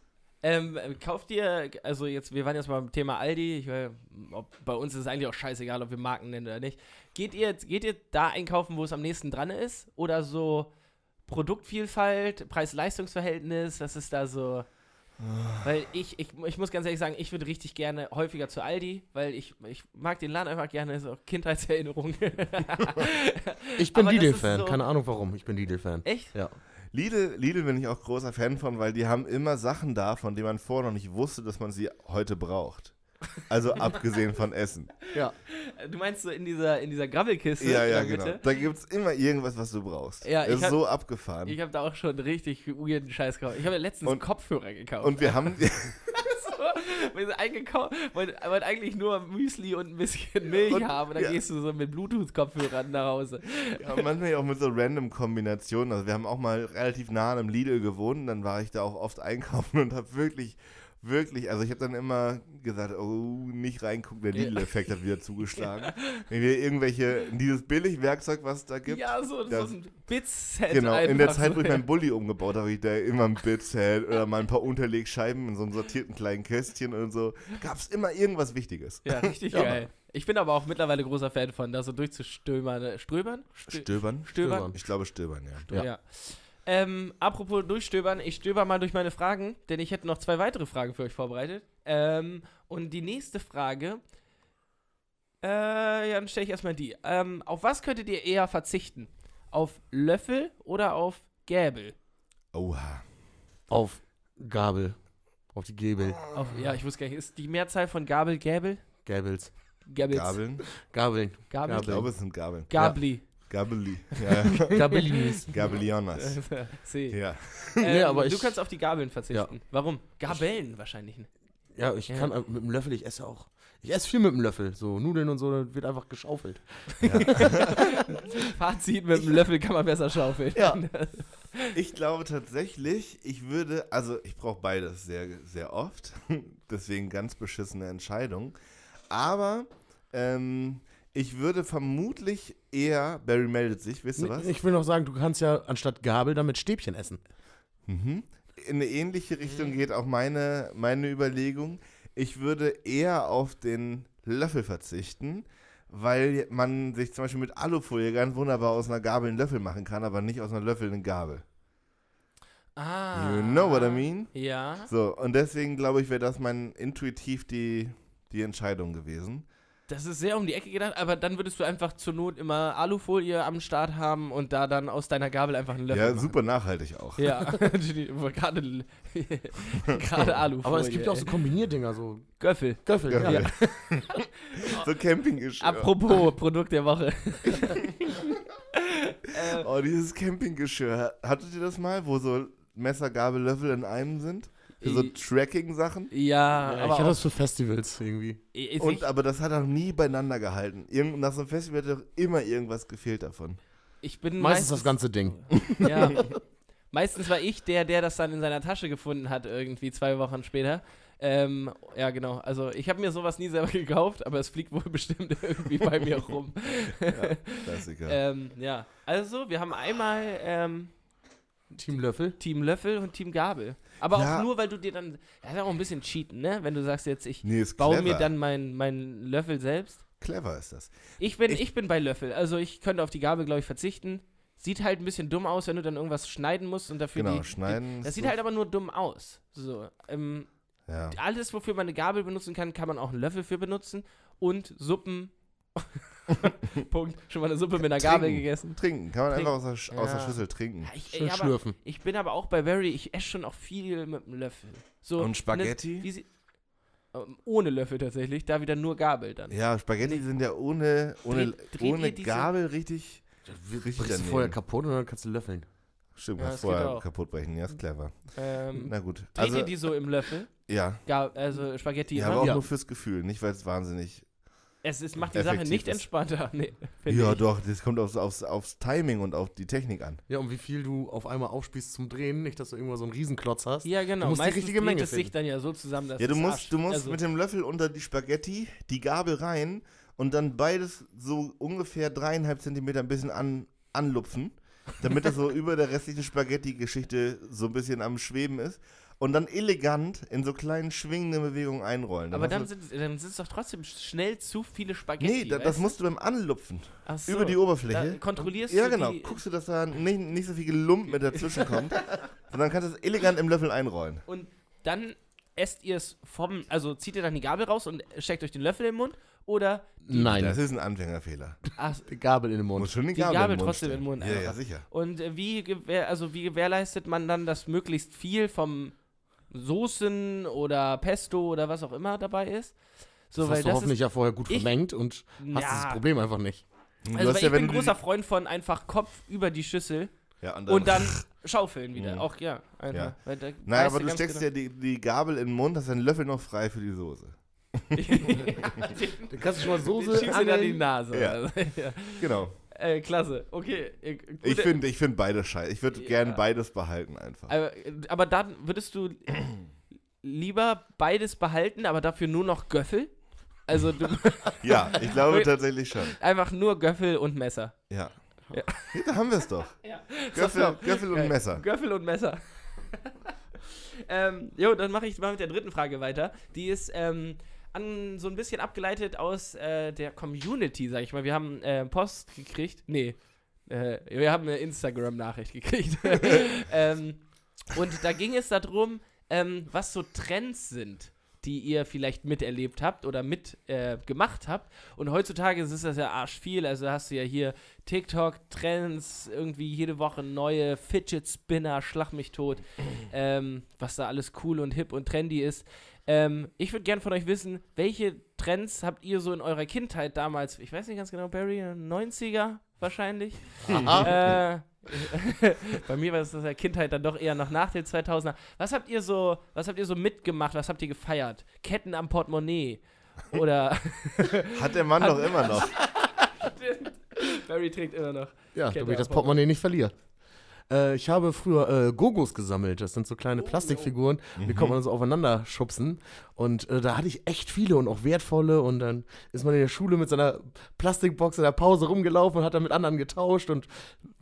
Kauft ihr, also jetzt, wir waren jetzt mal beim Thema Aldi, bei uns ist es eigentlich auch scheißegal, ob wir Marken nennen oder nicht. Geht ihr da einkaufen, wo es am nächsten dran ist? Oder so Produktvielfalt, Preis-Leistungs-Verhältnis, was ist da so? Weil ich muss ganz ehrlich sagen, ich würde richtig gerne häufiger zu Aldi, weil ich mag den Laden einfach gerne, so Kindheitserinnerung. Ich bin Aber das Lidl-Fan, ist so- keine Ahnung warum, ich bin Lidl-Fan. Echt? Ja. Lidl bin ich auch großer Fan von, weil die haben immer Sachen da, von denen man vorher noch nicht wusste, dass man sie heute braucht. Also abgesehen von Essen. Ja. Du meinst so in dieser Grabbelkiste? Ja, in der genau. Mitte? Da gibt es immer irgendwas, was du brauchst. Ja, Das ist so abgefahren. Ich habe da auch schon richtig weirden Scheiß gekauft. Ich habe ja letztens Kopfhörer gekauft. Und wir haben... Wir sind eingekauft, wollten eigentlich nur Müsli und ein bisschen Milch Und- haben. Und dann ja. gehst du so mit Bluetooth-Kopfhörern nach Hause. Ja, manchmal auch mit so random Kombinationen. Also wir haben auch mal relativ nah an einem Lidl gewohnt, dann war ich da auch oft einkaufen und habe wirklich, also ich habe dann immer gesagt, oh, nicht reingucken, der Lidl-Effekt hat wieder zugeschlagen. Wenn wir dieses Billigwerkzeug, was es da gibt. Ja, so das- ein Bit-Set. Genau, in der Zeit, so. wo ich meinen Bulli umgebaut habe, ich da immer ein Bit-Set oder mal ein paar Unterlegscheiben in so einem sortierten kleinen Kästchen und so. Gab es immer irgendwas Wichtiges. Ja, richtig geil. Ich bin aber auch mittlerweile großer Fan von, da so durchzustöbern. Stöbern? Stöbern? Ich glaube Stöbern, ja. Ja. Apropos durchstöbern, ich stöber mal durch meine Fragen, denn ich hätte noch 2 weitere Fragen für euch vorbereitet. Und die nächste Frage, dann stelle ich erstmal die. Auf was könntet ihr eher verzichten? Auf Löffel oder auf Gäbel? Oha. Auf Gabel. Auf die Gebel. Ja, ich wusste gar nicht, ist die Mehrzahl von Gabel Gäbel? Gäbels. Gäbels. Gabeln? Gabeln. Gabel? Ich glaube, es sind Gabeln. Gabli. Gabeli. Ja. Gabelinis. Gabelionas. See. Ja. Nee, aber du ich- kannst auf die Gabeln verzichten. Warum? Gabellen wahrscheinlich nicht. Ja, ich kann mit dem Löffel, ich esse auch. Ich esse viel mit dem Löffel. So Nudeln und so, das wird einfach geschaufelt. Fazit, mit dem Löffel kann man besser schaufeln. Ja. Ich glaube tatsächlich, ich brauche beides sehr, sehr oft. Deswegen ganz beschissene Entscheidung. Aber ich würde vermutlich eher, Barry meldet sich, wisst ihr was? Ich will noch sagen, du kannst ja anstatt Gabel damit Stäbchen essen. In eine ähnliche Richtung geht auch meine Überlegung. Ich würde eher auf den Löffel verzichten, weil man sich zum Beispiel mit Alufolie ganz wunderbar aus einer Gabel einen Löffel machen kann, aber nicht aus einer Löffel eine Gabel. Ah. You know what I mean? Ja. So, und deswegen glaube ich, wäre das intuitiv die Entscheidung gewesen. Das ist sehr um die Ecke gedacht, aber dann würdest du einfach zur Not immer Alufolie am Start haben und da dann aus deiner Gabel einfach einen Löffel Ja, machen. super nachhaltig auch. Ja, gerade Alufolie. Aber es gibt ja auch so Kombinierdinger, so Göffel. Göffel. Ja. Ja. So Campinggeschirr. Apropos Produkt der Woche. Oh, dieses Campinggeschirr. Hattet ihr das mal, wo so Messer, Gabel, Löffel in einem sind? Für so Tracking-Sachen? Ja, Ich aber hatte auch, das für Festivals irgendwie. Aber das hat auch nie beieinander gehalten. Nach so einem Festival hat doch immer irgendwas gefehlt davon. ich bin Meistens das ganze Ding. Ja. Meistens war ich der das dann in seiner Tasche gefunden hat, irgendwie 2 Wochen später. Ja, genau. Also ich habe mir sowas nie selber gekauft, aber es fliegt wohl bestimmt irgendwie bei mir rum. Ja, Klassiker. Ja, also wir haben einmal Team Löffel. Team Löffel und Team Gabel. Aber Ja. auch nur, weil du dir dann, das ist auch ein bisschen cheaten, ne? Wenn du sagst jetzt, ich Nee, ist baue clever. mir dann meinen Löffel selbst. Clever ist das. Ich bin bei Löffel. Also ich könnte auf die Gabel, glaube ich, verzichten. Sieht halt ein bisschen dumm aus, wenn du dann irgendwas schneiden musst und dafür Genau, schneiden. das ist sieht so- halt aber nur dumm aus. So, Ja. alles, wofür man eine Gabel benutzen kann, kann man auch einen Löffel für benutzen. Und Suppen. Punkt. Schon mal eine Suppe mit einer Gabel Trinken. gegessen. Trinken. Kann man Trinken. einfach aus der Ja. Schüssel trinken. Schön schlürfen. Ich bin aber auch bei Barry, ich esse schon auch viel mit einem Löffel. So, Und Spaghetti? Ohne Löffel tatsächlich, da wieder nur Gabel dann. Ja, Spaghetti sind ja ohne Dreht ihr diese- Gabel richtig Brichst du daneben. vorher kaputt und dann kannst du löffeln. Stimmt, Ja, kannst das geht vorher auch. kaputt brechen. Ja, ist clever. Na gut. Dreht ihr die so im Löffel? Ja. Also Spaghetti Ja, immer? aber auch Ja. nur fürs Gefühl, nicht weil es wahnsinnig. Macht die Sache effektiv nicht ist. entspannter. Nee, finde Ja, ich. doch, das kommt aufs Timing und auf die Technik an. Ja, und wie viel du auf einmal aufspießt zum Drehen, nicht, dass du irgendwo so einen Riesenklotz hast. Ja, genau. Du musst die Meistens richtige dreht Menge es sich finden. dann ja so zusammen, dass Ja, du es musst also, mit dem Löffel unter die Spaghetti, die Gabel rein und dann beides so ungefähr 3,5 Zentimeter ein bisschen anlupfen, damit das so über der restlichen Spaghetti-Geschichte so ein bisschen am Schweben ist. Und dann elegant in so kleinen schwingenden Bewegungen einrollen. aber dann hast du- sind es doch trotzdem schnell zu viele Spaghetti. Nee, das weißt du? musst du beim Anlupfen. Ach so. Über die Oberfläche. Da kontrollierst Ja, du genau. die, Guckst du, dass da nicht so viel Gelump mit dazwischen kommt. Sondern kannst du es elegant im Löffel einrollen. und dann esst ihr es also zieht ihr dann die Gabel raus und steckt euch den Löffel im Mund oder Nein, Das ist ein Anfängerfehler. die Gabel in den Muss Mund. schon die Die Gabel, Gabel im Mund trotzdem stecken. im Mund Ja, ja, einfach. sicher. und wie gewährleistet man dann, dass möglichst viel vom Soßen oder Pesto oder was auch immer dabei ist? So, Das hast du hoffentlich ja vorher gut Ich- vermengt und hast Ja. dieses Problem einfach nicht. Du Also hast weil ja, ich wenn bin du großer Freund von einfach Kopf über die Schüssel ja, und dann schaufeln wieder. Mhm. Auch ja, einfach. Ja. Weil da Nein, weißt aber du ganz steckst genau- ja die Gabel in den Mund, hast deinen Löffel noch frei für die Soße. Dann kannst du schon mal Den Soße schiebst du dann in die angeln. Nase. Ja. Also, ja. Genau. Klasse. Okay. Ich finde beides scheiße. Ich würde Ja. gern beides behalten einfach. Aber dann würdest du lieber beides behalten, aber dafür nur noch Göffel? Also du Ja, ich glaube tatsächlich schon. einfach nur Göffel und Messer. Ja. Ja. Da haben wir es doch. Ja. Göffel und Messer. Göffel und Messer. Dann mache ich mal mit der dritten Frage weiter. Die ist so ein bisschen abgeleitet aus der Community, sag ich mal. Wir haben Post gekriegt. Nee. Wir haben eine Instagram-Nachricht gekriegt. Und da ging es darum, was so Trends sind, die ihr vielleicht miterlebt habt oder gemacht habt. Und heutzutage ist das ja arsch viel. Also hast du ja hier TikTok-Trends, irgendwie jede Woche neue Fidget Spinner, schlag mich tot, was da alles cool und hip und trendy ist. Ich würde gerne von euch wissen, welche Trends habt ihr so in eurer Kindheit damals, ich weiß nicht ganz genau, Barry, 90er wahrscheinlich? Bei mir war das ja Kindheit dann doch eher noch nach den 2000er. Was habt ihr so mitgemacht? Was habt ihr gefeiert? Ketten am Portemonnaie Oder Hat der Mann doch immer noch. Barry trägt immer noch. Ja, Kette damit ich das am Portemonnaie nicht verliere. Ich habe früher Gogos gesammelt. Das sind so kleine Plastikfiguren, die kann man so aufeinander schubsen. Und da hatte ich echt viele und auch wertvolle. Und dann ist man in der Schule mit seiner Plastikbox in der Pause rumgelaufen und hat dann mit anderen getauscht und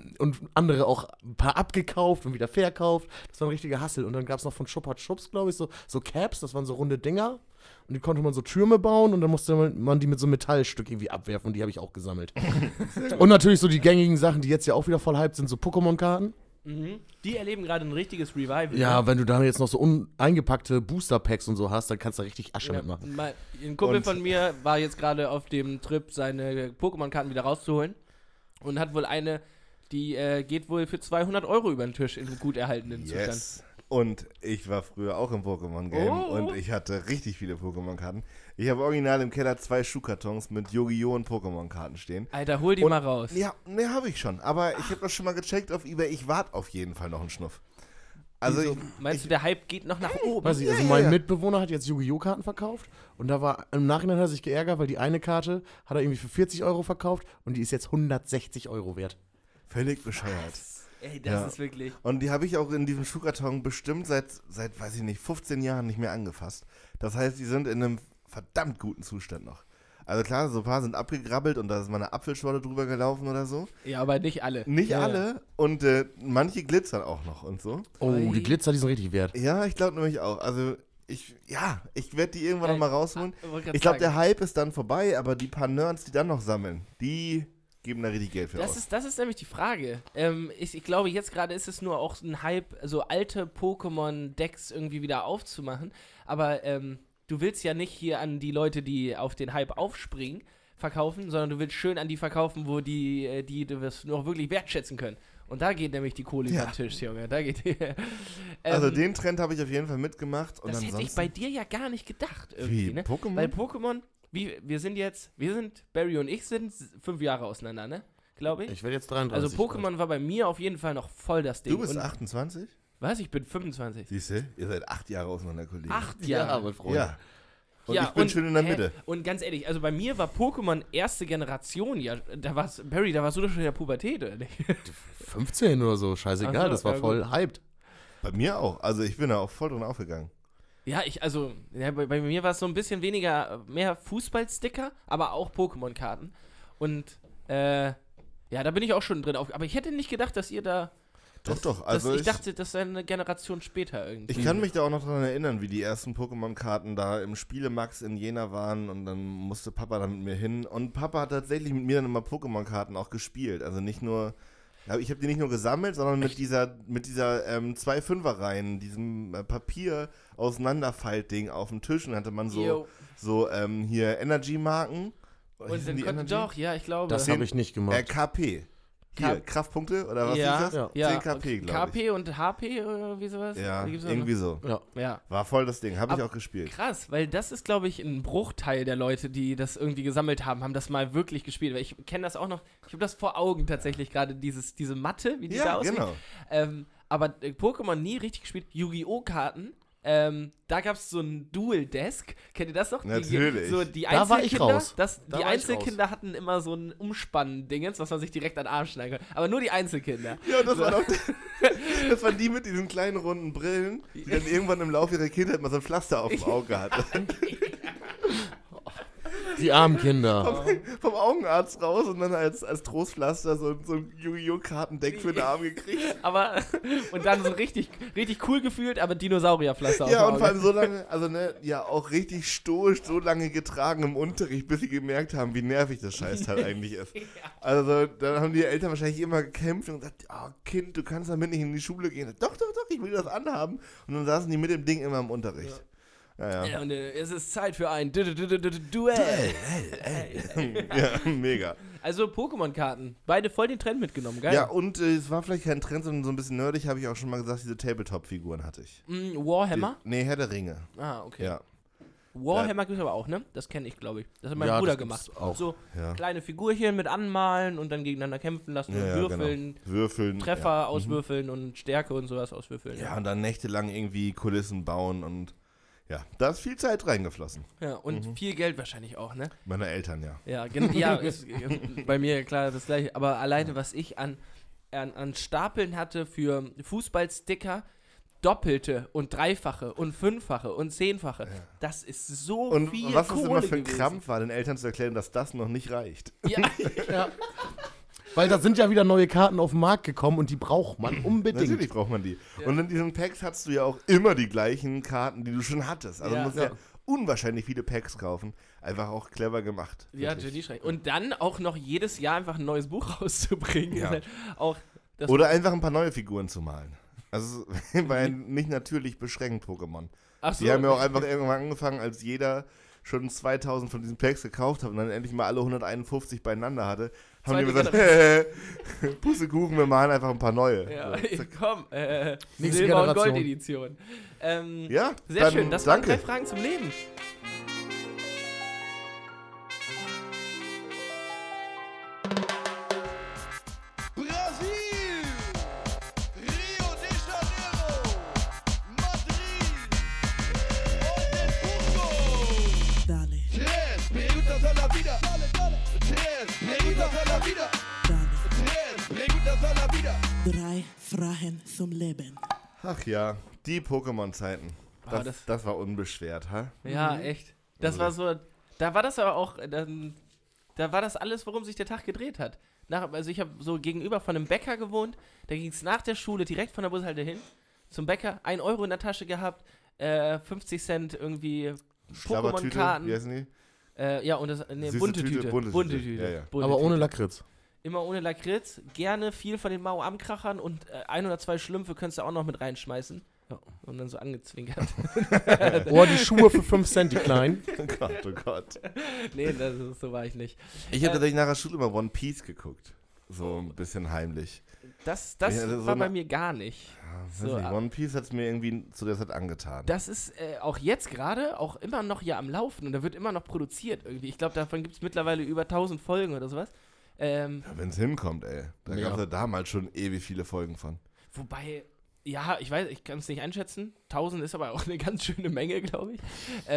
andere auch ein paar abgekauft und wieder verkauft. Das war ein richtiger Hassel. Und dann gab es noch von Schuppert Schubs, glaube ich, so Caps. Das waren so runde Dinger. Und die konnte man so Türme bauen und dann musste man die mit so einem Metallstück irgendwie abwerfen und die habe ich auch gesammelt. Und natürlich so die gängigen Sachen, die jetzt ja auch wieder voll hyped sind, so Pokémon-Karten. Mhm. Die erleben gerade ein richtiges Revival. Ja, ne? wenn du da jetzt noch so uneingepackte Booster-Packs und so hast, dann kannst du richtig Asche mitmachen. Ein Kumpel Und- von mir war jetzt gerade auf dem Trip, seine Pokémon-Karten wieder rauszuholen und hat wohl eine, die geht wohl für 200 € über den Tisch in gut erhaltenen Zustand. Yes. Und ich war früher auch im Pokémon-Game Oh. und ich hatte richtig viele Pokémon-Karten. Ich habe original im Keller 2 Schuhkartons mit Yu-Gi-Oh! Und Pokémon-Karten stehen. Alter, hol die Und- mal raus. Ja, ne, habe ich schon. Aber ich habe das schon mal gecheckt auf eBay. Ich warte auf jeden Fall noch einen Schnuff. Also, Wieso? Meinst du, der Hype geht noch nach oben? Weiß ich, also mein Mitbewohner hat jetzt Yu-Gi-Oh! Karten verkauft und da war im Nachhinein hat er sich geärgert, weil die eine Karte hat er irgendwie für 40 € verkauft und die ist jetzt 160 € wert. völlig bescheuert. Ey, das Ja. ist wirklich... Und die habe ich auch in diesem Schuhkarton bestimmt seit, weiß ich nicht, 15 Jahren nicht mehr angefasst. Das heißt, die sind in einem verdammt guten Zustand noch. Also klar, so ein paar sind abgegrabbelt und da ist mal eine Apfelschorle drüber gelaufen oder so. Ja, aber nicht alle. Nicht Ja, alle und manche glitzern auch noch und so. Oh, Ui. die Glitzer, die sind richtig wert. Ja, ich glaube nämlich auch. Also ich werde die irgendwann noch mal rausholen. wollte grad Ich glaube, der sagen. Hype ist dann vorbei, aber die paar Nerds, die dann noch sammeln, die geben da richtig Geld für Das aus. ist nämlich die Frage. Ich glaube, jetzt gerade ist es nur auch ein Hype, so alte Pokémon-Decks irgendwie wieder aufzumachen. Aber du willst ja nicht hier an die Leute, die auf den Hype aufspringen, verkaufen, sondern du willst schön an die verkaufen, wo die das noch wirklich wertschätzen können. Und da geht nämlich die Kohle über den Tisch, Junge. Da geht die, Also den Trend habe ich auf jeden Fall mitgemacht. Und das hätte ich ansonsten, bei dir ja gar nicht gedacht irgendwie, Wie, ne? Pokémon? Weil Pokémon, Barry und ich sind 5 Jahre auseinander, ne? Glaube ich. Ich werde jetzt 33. Also Pokémon war bei mir auf jeden Fall noch voll das Ding. du bist Und 28? was? Ich bin 25. Siehst du? Ihr seid 8 Jahre auseinander, Kollegen. 8 Ja, Jahre. mein Freund. Ja. Und ich bin schön in der Mitte. Und ganz ehrlich, also bei mir war Pokémon erste Generation, ja, Barry, da warst du doch schon in der Pubertät, oder nicht? 15 oder so, scheißegal, Ach so, das war ja, voll hyped. Bei mir auch. Also ich bin da auch voll drin aufgegangen. Ja, bei mir war es so ein bisschen mehr Fußballsticker, aber auch Pokémon-Karten. Und, ja, da bin ich auch schon drin auf. Aber ich hätte nicht gedacht, dass ihr da. Doch. Also ich dachte, das sei eine Generation später irgendwie. Ich kann mich da auch noch dran erinnern, wie die ersten Pokémon-Karten da im Spielemax in Jena waren und dann musste Papa da mit mir hin. Und Papa hat tatsächlich mit mir dann immer Pokémon-Karten auch gespielt. Also nicht nur, ich habe die nicht nur gesammelt, sondern mit dieser 2 5er-Reihen, diesem Papier-Auseinanderfaltding auf dem Tisch und hatte man Jo. so hier Energy-Marken. Und dann konnte doch, ja, ich glaube. Das habe ich nicht gemacht. KP. Hier, Kraftpunkte oder was ist das? Ja. Ja, 10 KP, glaube ich. KP und HP oder wie sowas? Ja, Oder gibt's noch irgendwie so. Ja. Ja. War voll das Ding, habe ich Aber auch gespielt. Krass, weil das ist, glaube ich, ein Bruchteil der Leute, die das irgendwie gesammelt haben das mal wirklich gespielt. Weil ich kenne das auch noch, ich habe das vor Augen tatsächlich gerade, diese Matte, wie die da Ja, aussieht. genau. Aber Pokémon nie richtig gespielt. Yu-Gi-Oh! Karten. Da gab es so ein Dual-Desk. Kennt ihr das noch? Natürlich. Die Da war ich Einzelkinder, raus. Die Einzelkinder hatten immer so ein Umspann-Dingens, was man sich direkt an den Arm schneiden konnte. Aber nur die Einzelkinder. Ja, das waren die mit diesen kleinen runden Brillen, die dann irgendwann im Laufe ihrer Kindheit mal so ein Pflaster auf dem Auge hatten. Die armen Kinder. Vom Augenarzt raus und dann als Trostpflaster so ein Yu-Gi-Oh! Kartendeck für den Arm gekriegt. Aber, und dann so richtig cool gefühlt, aber Dinosaurierpflaster auf Ja, dem und vor Auge. allem so lange, also ne, ja, auch richtig stoisch so lange getragen im Unterricht, bis sie gemerkt haben, wie nervig das Scheißteil eigentlich ist. Also, dann haben die Eltern wahrscheinlich immer gekämpft und gesagt, oh, Kind, du kannst damit nicht in die Schule gehen. Doch, ich will das anhaben. Und dann saßen die mit dem Ding immer im Unterricht. Ja. Ja, und es ist Zeit für ein Duell. Ja, mega. Also Pokémon-Karten. Beide voll den Trend mitgenommen, geil. Ja, und es war vielleicht kein Trend, sondern so ein bisschen nerdig, habe ich auch schon mal gesagt, diese Tabletop-Figuren hatte ich. Warhammer? Nee, Herr der Ringe. Ah, okay. Ja. Warhammer gibt es aber auch, ne? Das kenne ich, glaube ich. Das hat mein Ja, Bruder das gibt's gemacht. auch. So Ja. kleine Figurchen mit anmalen und dann gegeneinander kämpfen lassen und würfeln, Genau. Würfeln. Treffer Ja. auswürfeln und Stärke und sowas auswürfeln. Ja, und dann nächtelang irgendwie Kulissen bauen und Ja, da ist viel Zeit reingeflossen. Ja, und viel Geld wahrscheinlich auch, ne? Meine Eltern, ja. Ja, ja ist bei mir klar das gleiche. Aber alleine, was ich an Stapeln hatte für Fußballsticker, doppelte und dreifache und fünffache und zehnfache, das ist so Und viel was Kohle es immer für ein gewesen. Krampf war, den Eltern zu erklären, dass das noch nicht reicht. Ja, Ja. Weil da sind ja wieder neue Karten auf den Markt gekommen und die braucht man unbedingt. Natürlich braucht man die. Und in diesen Packs hast du ja auch immer die gleichen Karten, die du schon hattest. Also Ja. du musst ja unwahrscheinlich viele Packs kaufen. Einfach auch clever gemacht. ja, Wirklich. Genie-Schreck. Und dann auch noch jedes Jahr einfach ein neues Buch rauszubringen. Ja. Ist halt auch das Oder einfach ein paar neue Figuren zu malen. Also bei nicht natürlich beschränkt Pokémon. Ach so. Die haben ja auch einfach irgendwann angefangen, als jeder schon 2000 von diesen Packs gekauft hat und dann endlich mal alle 151 beieinander hatte, haben die Zweite gesagt, Pussekuchen, wir machen einfach ein paar neue. Ja, So, zack. komm, Nächste Silber- und Generation. Gold-Edition. Ja, Sehr dann schön, das waren danke. 3 Fragen zum Leben. Brasil, Rio de Janeiro, Madrid und el Congo. Dale, Tres preguntas a la vida. Tres preguntas a la vida. dale. Tres preguntas a la vida. 3 Fragen zum Leben. Ach ja, die Pokémon-Zeiten. Wow, Das war unbeschwert, ha? Ja, echt. Das war so, da war das aber auch, da war das alles, worum sich der Tag gedreht hat. Also ich habe so gegenüber von einem Bäcker gewohnt, da ging es nach der Schule direkt von der Bushalte hin, zum Bäcker, 1 Euro in der Tasche gehabt, 50 Cent irgendwie Schlabbertüte, wie Pokémon-Karten. heißen die? Ja, und das, Süße bunte Tüte, Tüte. bunte Bunte Tüte. Tüte. Ja, ja. bunte Aber ohne Tüte. Lakritz. Immer ohne Lakritz, gerne viel von den Mau-Am-Krachern und 1 oder 2 Schlümpfe könntest du auch noch mit reinschmeißen. Ja, und dann so angezwinkert. Oh, die Schuhe für 5 Cent, die kleinen. Oh Gott, oh Gott. Nee, so war ich nicht. Ich habe tatsächlich nach der Schule immer One Piece geguckt. So ein bisschen heimlich. Das Ja, so war bei eine- mir gar nicht. Weiß So, nicht, One Piece hat es mir irgendwie zu der Zeit angetan. Das ist auch jetzt gerade auch immer noch ja am Laufen und da wird immer noch produziert irgendwie. Ich glaube, davon gibt es mittlerweile über 1000 Folgen oder sowas. Ja, wenn es hinkommt, ey. Da Ja. gab es ja damals schon ewig viele Folgen von. Wobei, ja, ich weiß, ich kann es nicht einschätzen. 1000 ist aber auch eine ganz schöne Menge, glaube ich.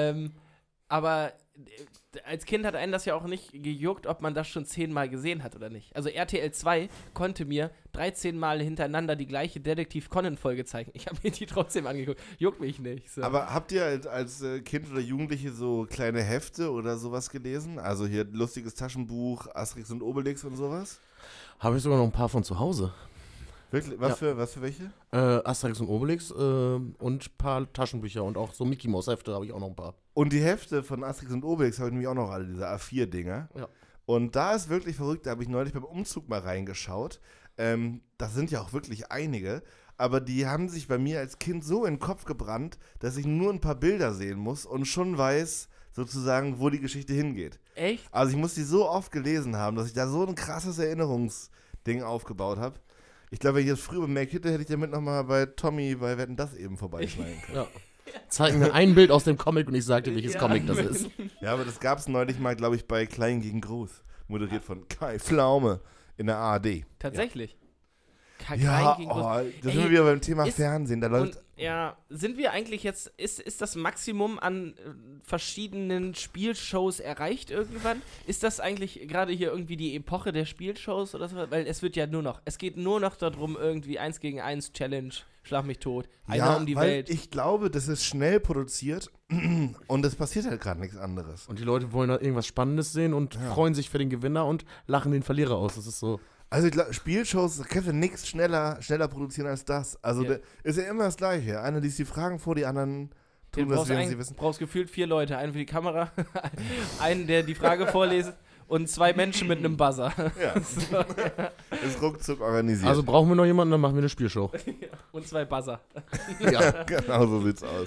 Aber als Kind hat einen das ja auch nicht gejuckt, ob man das schon 10-mal gesehen hat oder nicht. Also RTL 2 konnte mir 13 Mal hintereinander die gleiche Detektiv Conan-Folge zeigen. Ich habe mir die trotzdem angeguckt. Juckt mich nicht. So. Aber habt ihr als Kind oder Jugendliche so kleine Hefte oder sowas gelesen? Also hier lustiges Taschenbuch, Asterix und Obelix und sowas? Habe ich sogar noch ein paar von zu Hause. Wirklich? Was für welche? Asterix und Obelix und ein paar Taschenbücher und auch so Mickey Mouse Hefte habe ich auch noch ein paar. Und die Hefte von Asterix und Obelix habe ich nämlich auch noch alle, diese A4-Dinger. Ja. Und da ist wirklich verrückt, da habe ich neulich beim Umzug mal reingeschaut. Das sind ja auch wirklich einige, aber die haben sich bei mir als Kind so in den Kopf gebrannt, dass ich nur ein paar Bilder sehen muss und schon weiß, sozusagen, wo die Geschichte hingeht. Echt? Also ich muss die so oft gelesen haben, dass ich da so ein krasses Erinnerungsding aufgebaut habe. Ich glaube, wenn ich das früher bemerkt hätte, hätte ich damit nochmal bei Tommy bei Wetten, das eben vorbeischneiden können. Ja. Zeig mir ein Bild aus dem Comic und ich sag dir, welches Ja. Comic das ist. Ja, aber das gab es neulich mal, glaube ich, bei Klein gegen Groß. Moderiert von Kai Pflaume in der ARD. Tatsächlich. Ja, Kein gegen Groß- da Ey, sind wir wieder beim Thema ist- Fernsehen. Da läuft. Und ja, sind wir eigentlich jetzt, ist das Maximum an verschiedenen Spielshows erreicht irgendwann? Ist das eigentlich gerade hier irgendwie die Epoche der Spielshows oder so? Weil es wird ja es geht nur noch darum, irgendwie 1 gegen 1 Challenge, schlag mich tot, einer um die weil Welt. ich glaube, das ist schnell produziert und es passiert halt gerade nichts anderes. Und die Leute wollen da irgendwas Spannendes sehen und freuen sich für den Gewinner und lachen den Verlierer aus. Das ist so. Also ich glaube, Spielshows, da kannst du nichts schneller produzieren als das. Also Ja. da ist ja immer das Gleiche. Einer liest die Fragen vor, die anderen Du tun das, brauchst, während sie wissen. brauchst gefühlt 4 Leute, einen für die Kamera, einen, der die Frage vorlesen und 2 Menschen mit einem Buzzer. Ja. Ist ruckzuck organisiert. Also brauchen wir noch jemanden, dann machen wir eine Spielshow. Und 2 Buzzer. Ja, genau so sieht's aus.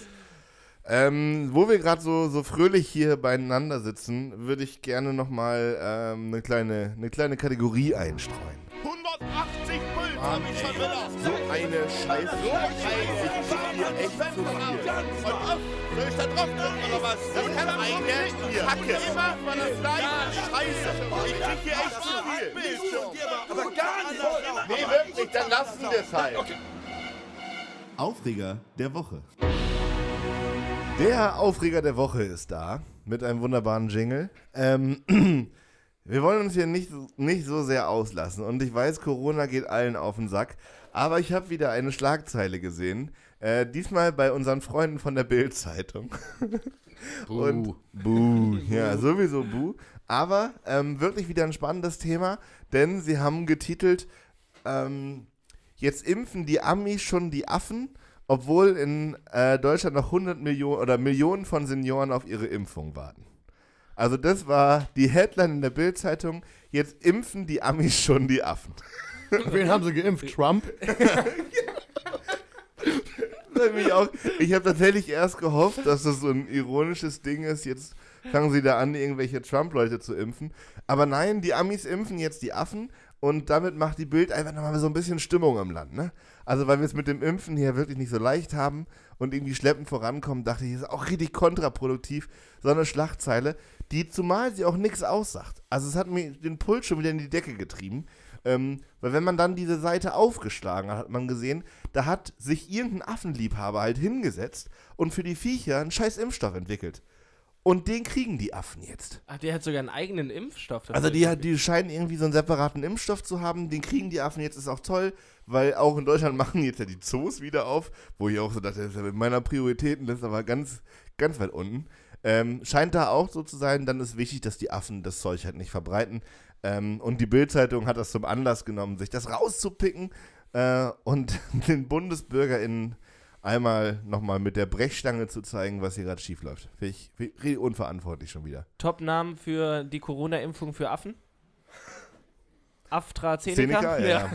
Wo wir gerade so fröhlich hier beieinander sitzen, würde ich gerne nochmal eine kleine Kategorie einstreuen. 180 Pult habe ich schon wieder. So eine Scheiße. Echt zu viel. Und auf, soll ich da drauf drücken oder was? Das kann doch eine Kacke. Immer von der gleichen Scheiße. Ich krieg hier echt zu viel. Aber gar nicht. Nee, wirklich, dann lassen wir es halt. Aufreger der Woche. Der Aufreger der Woche ist da, mit einem wunderbaren Jingle. Wir wollen uns hier nicht so sehr auslassen und ich weiß, Corona geht allen auf den Sack, aber ich habe wieder eine Schlagzeile gesehen, diesmal bei unseren Freunden von der Bild-Zeitung. Und Buh, ja, sowieso Buh, aber wirklich wieder ein spannendes Thema, denn sie haben getitelt, jetzt impfen die Amis schon die Affen, obwohl in Deutschland noch 100 Millionen oder Millionen von Senioren auf ihre Impfung warten. Also das war die Headline in der Bild-Zeitung. Jetzt impfen die Amis schon die Affen. Wen haben sie geimpft? Trump? Ich habe tatsächlich erst gehofft, dass das so ein ironisches Ding ist. Jetzt fangen sie da an, irgendwelche Trump-Leute zu impfen. Aber nein, die Amis impfen jetzt die Affen. Und damit macht die Bild einfach nochmal so ein bisschen Stimmung im Land, ne? Also weil wir es mit dem Impfen hier wirklich nicht so leicht haben und irgendwie schleppend vorankommen, dachte ich, ist auch richtig kontraproduktiv, so eine Schlagzeile, die zumal sie auch nichts aussagt. Also es hat mir den Puls schon wieder in die Decke getrieben, weil wenn man dann diese Seite aufgeschlagen hat, hat man gesehen, da hat sich irgendein Affenliebhaber halt hingesetzt und für die Viecher einen scheiß Impfstoff entwickelt. Und den kriegen die Affen jetzt. Ach, der hat sogar einen eigenen Impfstoff. Also die scheinen irgendwie so einen separaten Impfstoff zu haben, den kriegen die Affen jetzt, ist auch toll, weil auch in Deutschland machen jetzt ja die Zoos wieder auf, wo ich auch so dachte, das ist ja mit meiner Prioritätenliste aber ganz, ganz weit unten. Scheint da auch so zu sein, dann ist wichtig, dass die Affen das Zeug halt nicht verbreiten. Und die Bild-Zeitung hat das zum Anlass genommen, sich das rauszupicken und den BundesbürgerInnen einmal nochmal mit der Brechstange zu zeigen, was hier gerade schief läuft. Finde ich richtig unverantwortlich schon wieder. Top-Namen für die Corona-Impfung für Affen? Seneca, AstraZeneca? ja.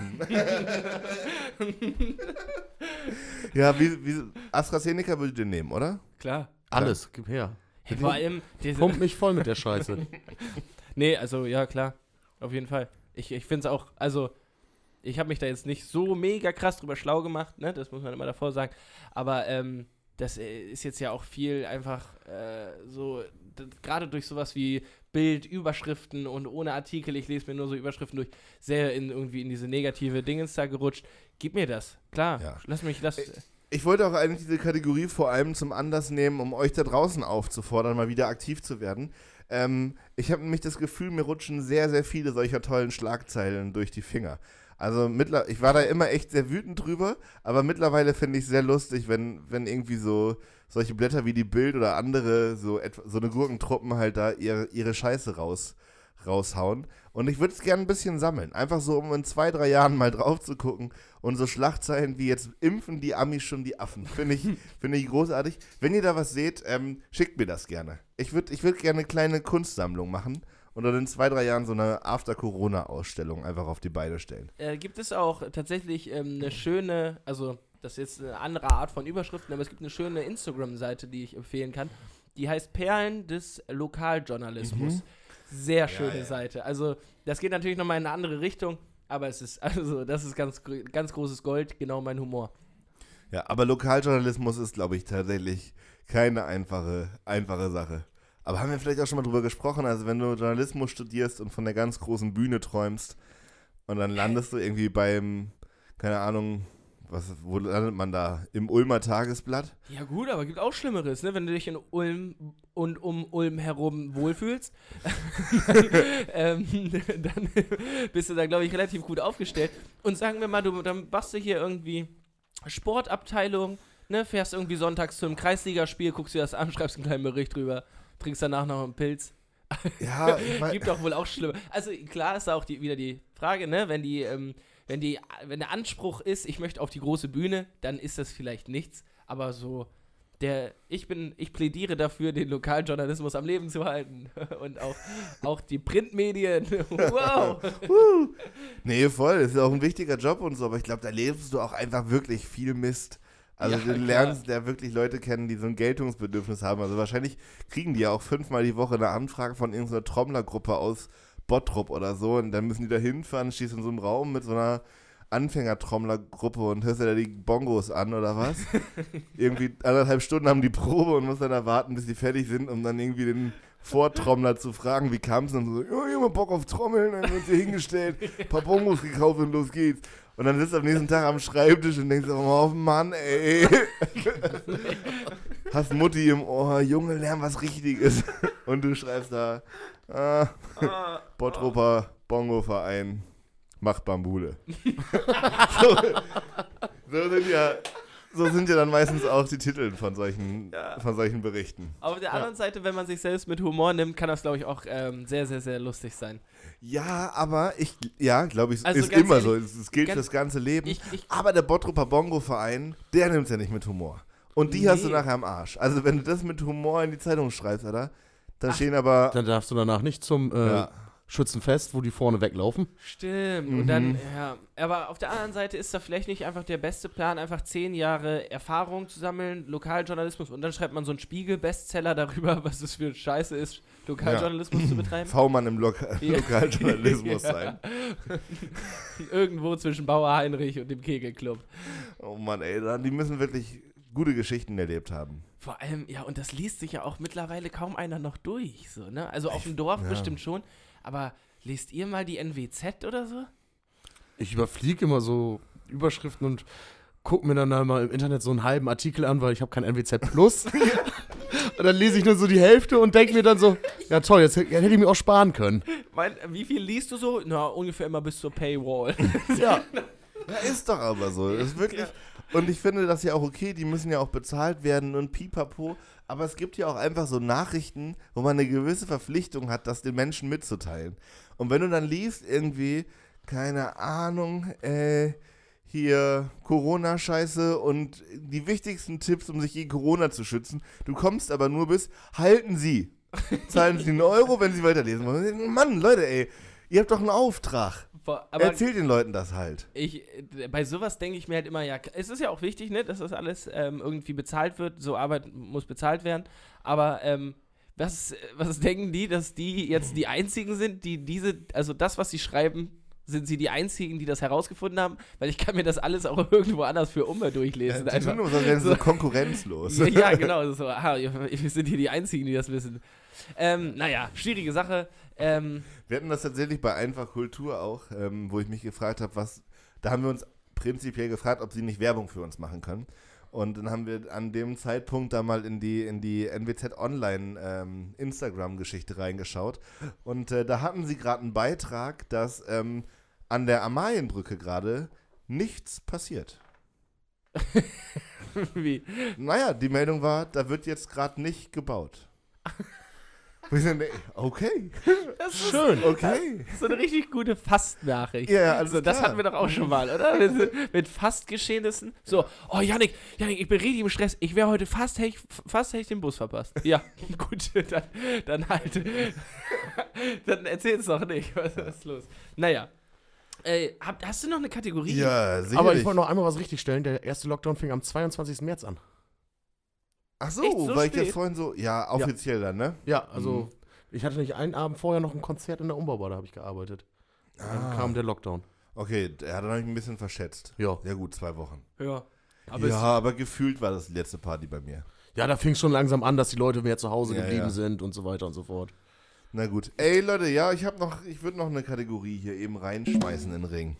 Ja, wie AstraZeneca würdet ihr nehmen, oder? Klar. Alles, gib her. Hey, vor allem Pumpt mich voll mit der Scheiße. Nee, also ja, klar. Auf jeden Fall. Ich finde es auch, also ich habe mich da jetzt nicht so mega krass drüber schlau gemacht, ne? Das muss man immer davor sagen. Aber das ist jetzt ja auch viel einfach so, gerade durch sowas wie Bild, Überschriften und ohne Artikel, ich lese mir nur so Überschriften durch, sehr irgendwie in diese negative Dingens da gerutscht. Gib mir das, klar. Ja. Lass mich. Ich wollte auch eigentlich diese Kategorie vor allem zum Anlass nehmen, um euch da draußen aufzufordern, mal wieder aktiv zu werden. Ich habe nämlich das Gefühl, mir rutschen sehr, sehr viele solcher tollen Schlagzeilen durch die Finger. Also ich war da immer echt sehr wütend drüber, aber mittlerweile finde ich es sehr lustig, wenn irgendwie so solche Blätter wie die Bild oder andere so eine Gurkentruppen halt da ihre Scheiße raushauen. Und ich würde es gerne ein bisschen sammeln. Einfach so, um in 2-3 Jahren mal drauf zu gucken und so Schlagzeilen wie jetzt impfen die Amis schon die Affen. Finde ich großartig. Wenn ihr da was seht, schickt mir das gerne. Ich würd gerne eine kleine Kunstsammlung machen und dann in 2-3 Jahren so eine After-Corona-Ausstellung einfach auf die Beine stellen. Gibt es auch tatsächlich eine schöne, also das ist jetzt eine andere Art von Überschriften, aber es gibt eine schöne Instagram-Seite, die ich empfehlen kann. Die heißt Perlen des Lokaljournalismus. Sehr schöne Seite. Also das geht natürlich nochmal in eine andere Richtung, aber das ist ganz, ganz großes Gold, genau mein Humor. Ja, aber Lokaljournalismus ist, glaube ich, tatsächlich keine einfache Sache. Aber haben wir vielleicht auch schon mal drüber gesprochen, also wenn du Journalismus studierst und von der ganz großen Bühne träumst und dann landest du irgendwie beim, keine Ahnung, wo landet man da? Im Ulmer Tagesblatt? Ja gut, aber gibt auch Schlimmeres, ne? Wenn du dich in Ulm und um Ulm herum wohlfühlst, dann bist du da, glaube ich, relativ gut aufgestellt. Und sagen wir mal, dann machst du hier irgendwie Sportabteilung, ne? Fährst irgendwie sonntags zu einem Kreisligaspiel, guckst dir das an, schreibst einen kleinen Bericht drüber, trinkst danach noch einen Pilz. Ja, ich mein, gibt doch wohl auch schlimmer. Also klar ist da auch wieder die Frage, ne? Wenn der Anspruch ist, ich möchte auf die große Bühne, dann ist das vielleicht nichts. Aber so, ich plädiere dafür, den Lokaljournalismus am Leben zu halten. Und auch die Printmedien. Wow. Nee, voll, das ist auch ein wichtiger Job und so, aber ich glaube, da lebst du auch einfach wirklich viel Mist. Also Ja, du lernst ja wirklich Leute kennen, die so ein Geltungsbedürfnis haben. Also wahrscheinlich kriegen die ja auch 5-mal die Woche eine Anfrage von irgendeiner Trommlergruppe aus Bottrop oder so und dann müssen die da hinfahren, stehst in so einem Raum mit so einer Anfängertrommlergruppe und hörst dir da die Bongos an oder was? Irgendwie 1,5 Stunden haben die Probe und musst dann da warten, bis die fertig sind, um dann irgendwie den Vortrommler zu fragen, wie kam es dann so, ja, ich hab mal Bock auf Trommeln, dann wird sie hingestellt, ein paar Bongos gekauft und los geht's. Und dann sitzt du am nächsten Tag am Schreibtisch und denkst, oh Mann, ey. hast Mutti im Ohr, Junge, lern was Richtiges. Und du schreibst da, Bottroper Bongo-Verein macht Bambule. So sind ja dann meistens auch die Titel von solchen Berichten. Auf der anderen Seite, wenn man sich selbst mit Humor nimmt, kann das, glaube ich, auch sehr, sehr, sehr lustig sein. Ja, aber glaube ich, Also ist ganz immer ehrlich, so. Es gilt fürs ganze Leben. Ich- Aber der Bottroper Bongo-Verein, der nimmt es ja nicht mit Humor. Und die hast du nachher am Arsch. Also wenn du das mit Humor in die Zeitung schreibst, Alter, dann stehen aber... Dann darfst du danach nicht zum Schützenfest, wo die vorne weglaufen. Stimmt. Und dann, aber auf der anderen Seite ist da vielleicht nicht einfach der beste Plan, einfach 10 Jahre Erfahrung zu sammeln, Lokaljournalismus, und dann schreibt man so einen Spiegel-Bestseller darüber, was es für Scheiße ist, Lokaljournalismus zu betreiben. V-Mann im Lokaljournalismus sein. Irgendwo zwischen Bauer Heinrich und dem Kegelclub. Oh Mann, ey, die müssen wirklich gute Geschichten erlebt haben. Vor allem, ja, und das liest sich ja auch mittlerweile kaum einer noch durch, so, ne? Also auf dem Dorf bestimmt schon, aber lest ihr mal die NWZ oder so? Ich überfliege immer so Überschriften und gucke mir dann mal im Internet so einen halben Artikel an, weil ich habe kein NWZ Plus. Und dann lese ich nur so die Hälfte und denke mir dann so, ja toll, jetzt hätte ich mir auch sparen können. Wie viel liest du so? Na, ungefähr immer bis zur Paywall. Ja. Ja, ist doch aber so. Das ist wirklich. Und ich finde das ja auch okay, die müssen ja auch bezahlt werden und pipapo. Aber es gibt ja auch einfach so Nachrichten, wo man eine gewisse Verpflichtung hat, das den Menschen mitzuteilen. Und wenn du dann liest, irgendwie, keine Ahnung, hier Corona-Scheiße und die wichtigsten Tipps, um sich gegen Corona zu schützen, du kommst aber nur bis, halten Sie. Zahlen Sie 1 Euro, wenn Sie weiterlesen wollen. Mann, Leute, ey, ihr habt doch einen Auftrag. Aber Erzählt den Leuten das halt. bei sowas denke ich mir halt immer, ja, es ist ja auch wichtig, ne, dass das alles irgendwie bezahlt wird, so Arbeit muss bezahlt werden, aber was denken die, dass die jetzt die Einzigen sind, die also das, was sie schreiben, sind sie die Einzigen, die das herausgefunden haben? Weil ich kann mir das alles auch irgendwo anders für Umwelt durchlesen. Ja, einfach nur, sonst werden sie so konkurrenzlos. Ja, genau, so, wir sind hier die Einzigen, die das wissen. Naja, schwierige Sache. Wir hatten das tatsächlich bei Einfach Kultur auch, wo ich mich gefragt habe, da haben wir uns prinzipiell gefragt, ob sie nicht Werbung für uns machen können. Und dann haben wir an dem Zeitpunkt da mal in die NWZ Online Instagram-Geschichte reingeschaut. Und da hatten sie gerade einen Beitrag, dass an der Amalienbrücke gerade nichts passiert. Wie? Naja, die Meldung war, da wird jetzt gerade nicht gebaut. Okay. Das ist schön. Okay. So eine richtig gute Fastnachricht. Ja, alles so, das klar. hatten wir doch auch schon mal, oder? Mit Fastgeschehnissen. So, oh Yannick, ich bin richtig im Stress. Ich wäre heute fast hätte ich den Bus verpasst. Ja, gut, dann halt. Dann erzähl's doch nicht. Was ist los? Naja. Hast du noch eine Kategorie? Ja, sicherlich. Aber ich wollte noch einmal was richtigstellen. Der erste Lockdown fing am 22. März an. Ach so, Echt so weil ich spät? jetzt vorhin so, ja, offiziell dann, ne? Ja, also ich hatte nicht einen Abend vorher noch ein Konzert in der Umbaubar, da habe ich gearbeitet. Dann kam der Lockdown. Okay, dann habe ich ein bisschen verschätzt. Ja. Ja gut, 2 Wochen. Ja. Aber gefühlt war das die letzte Party bei mir. Ja, da fing es schon langsam an, dass die Leute mehr zu Hause Ja, geblieben ja. sind und so weiter und so fort. Na gut. Ey Leute, ja, ich würde noch eine Kategorie hier eben reinschmeißen in den Ring.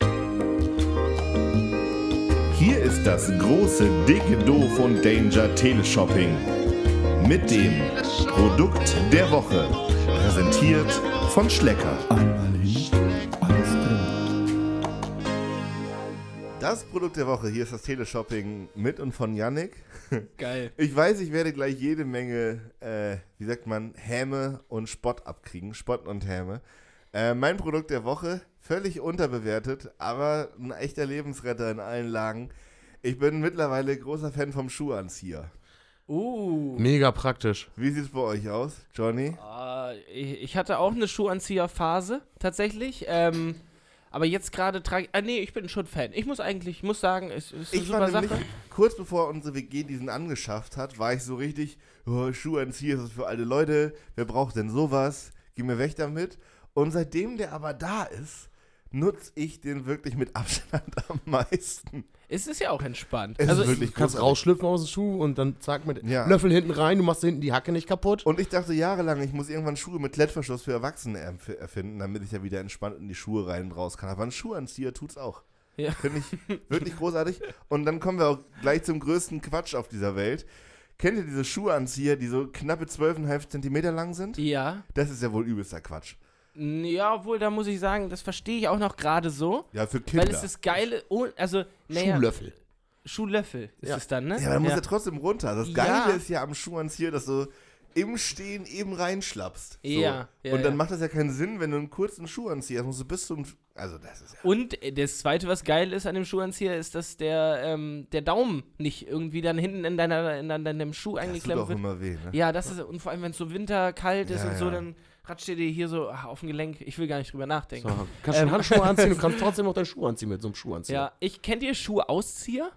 Hier ist das große, dicke Doof und Danger Teleshopping. Mit dem Produkt der Woche. Präsentiert von Schlecker. Einmal hin, alles drin. Das Produkt der Woche, hier ist das Teleshopping mit und von Yannick. Geil. Ich weiß, ich werde gleich jede Menge, Häme und Spott abkriegen. Spott und Häme. Mein Produkt der Woche, völlig unterbewertet, aber ein echter Lebensretter in allen Lagen. Ich bin mittlerweile großer Fan vom Schuhanzieher. Mega praktisch. Wie sieht's bei euch aus, Johnny? Ich hatte auch eine Schuhanzieher-Phase, tatsächlich. Aber jetzt gerade trage ich. Nee, ich bin schon Fan. Ich muss sagen, es ist eine Ich super war Sache. nämlich, kurz bevor unsere WG diesen angeschafft hat, war ich so richtig, Schuhanzieher ist das für alte Leute, wer braucht denn sowas? Geh mir weg damit. Und seitdem der aber da ist, nutze ich den wirklich mit Abstand am meisten. Es ist ja auch entspannt. Es Also ist wirklich Du kannst großartig. rausschlüpfen aus dem Schuh und dann zack mit Ja. Löffel hinten rein, du machst hinten die Hacke nicht kaputt. Und ich dachte jahrelang, ich muss irgendwann Schuhe mit Klettverschluss für Erwachsene erfinden, damit ich ja wieder entspannt in die Schuhe rein und raus kann. Aber ein Schuhanzieher tut's auch. Ja. Finde ich wirklich großartig. Und dann kommen wir auch gleich zum größten Quatsch auf dieser Welt. Kennt ihr diese Schuhanzieher, die so knappe 12,5 Zentimeter lang sind? Ja. Das ist ja wohl übelster Quatsch. Ja, obwohl, da muss ich sagen, das verstehe ich auch noch gerade so. Ja, für Kinder. Weil es das Geile, Schuhlöffel. Schuhlöffel ist es dann, ne? Ja, aber dann muss er trotzdem runter. Das Geile Ja. ist ja am Schuhanzieher, dass du im Stehen eben reinschlappst. So. Ja, Und dann macht das ja keinen Sinn, wenn du einen kurzen Schuhanzieher hast, musst du bis zum... Also das ist ja... Und das Zweite, was geil ist an dem Schuhanzieher, ist, dass der Daumen nicht irgendwie dann hinten in deinem Schuh Das tut eingeklemmt auch wird. immer weh, ne? Ja, das ist, und vor allem, wenn es so winterkalt ist Ja, und so, ja. dann ratscht ihr dir hier so auf dem Gelenk. Ich will gar nicht drüber nachdenken. So, kannst du Handschuhe anziehen und kannst trotzdem noch deinen Schuh anziehen mit so einem Schuhanzieher. Ja, kennt ihr Schuhauszieher?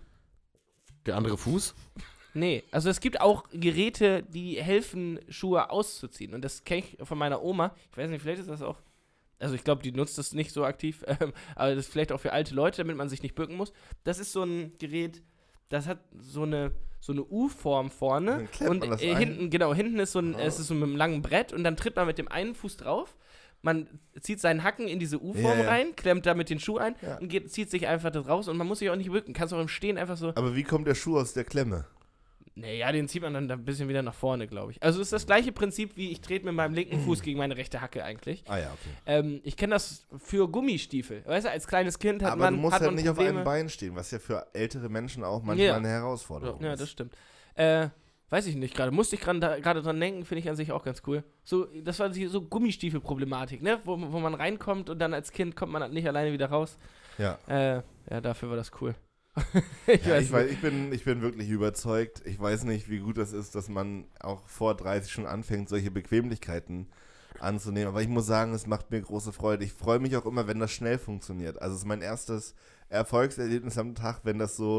Der andere Fuß? Nee, also es gibt auch Geräte, die helfen, Schuhe auszuziehen. Und das kenne ich von meiner Oma. Ich weiß nicht, vielleicht ist das auch. Also ich glaube, die nutzt das nicht so aktiv, aber das ist vielleicht auch für alte Leute, damit man sich nicht bücken muss. Das ist so ein Gerät, das hat so eine U-Form vorne Dann klemmt und man das hinten ist es ist so mit einem langen Brett und dann tritt man mit dem einen Fuß drauf. Man zieht seinen Hacken in diese U-Form Ja, ja. rein, klemmt damit den Schuh ein Ja. und zieht sich einfach das raus und man muss sich auch nicht bücken. Kannst auch im Stehen einfach so. Aber wie kommt der Schuh aus der Klemme? Naja, den zieht man dann ein bisschen wieder nach vorne, glaube ich. Also es ist das gleiche Prinzip, wie ich trete mit meinem linken Fuß gegen meine rechte Hacke eigentlich. Ah ja, okay. Ich kenne das für Gummistiefel. Weißt du, als kleines Kind hat Aber man du musst hat halt man nicht auf Probleme. einem Bein stehen, was ja für ältere Menschen auch manchmal eine Herausforderung Ja, ist. das stimmt. Weiß ich nicht gerade. Musste ich gerade dran denken, finde ich an sich auch ganz cool. So, das war so Gummistiefel-Problematik, ne? Wo man reinkommt und dann als Kind kommt man nicht alleine wieder raus. Ja. Ja, dafür war das cool. Ich bin wirklich überzeugt. Ich weiß nicht, wie gut das ist, dass man auch vor 30 schon anfängt, solche Bequemlichkeiten anzunehmen. Aber ich muss sagen, es macht mir große Freude. Ich freue mich auch immer, wenn das schnell funktioniert. Also es ist mein erstes Erfolgserlebnis am Tag, wenn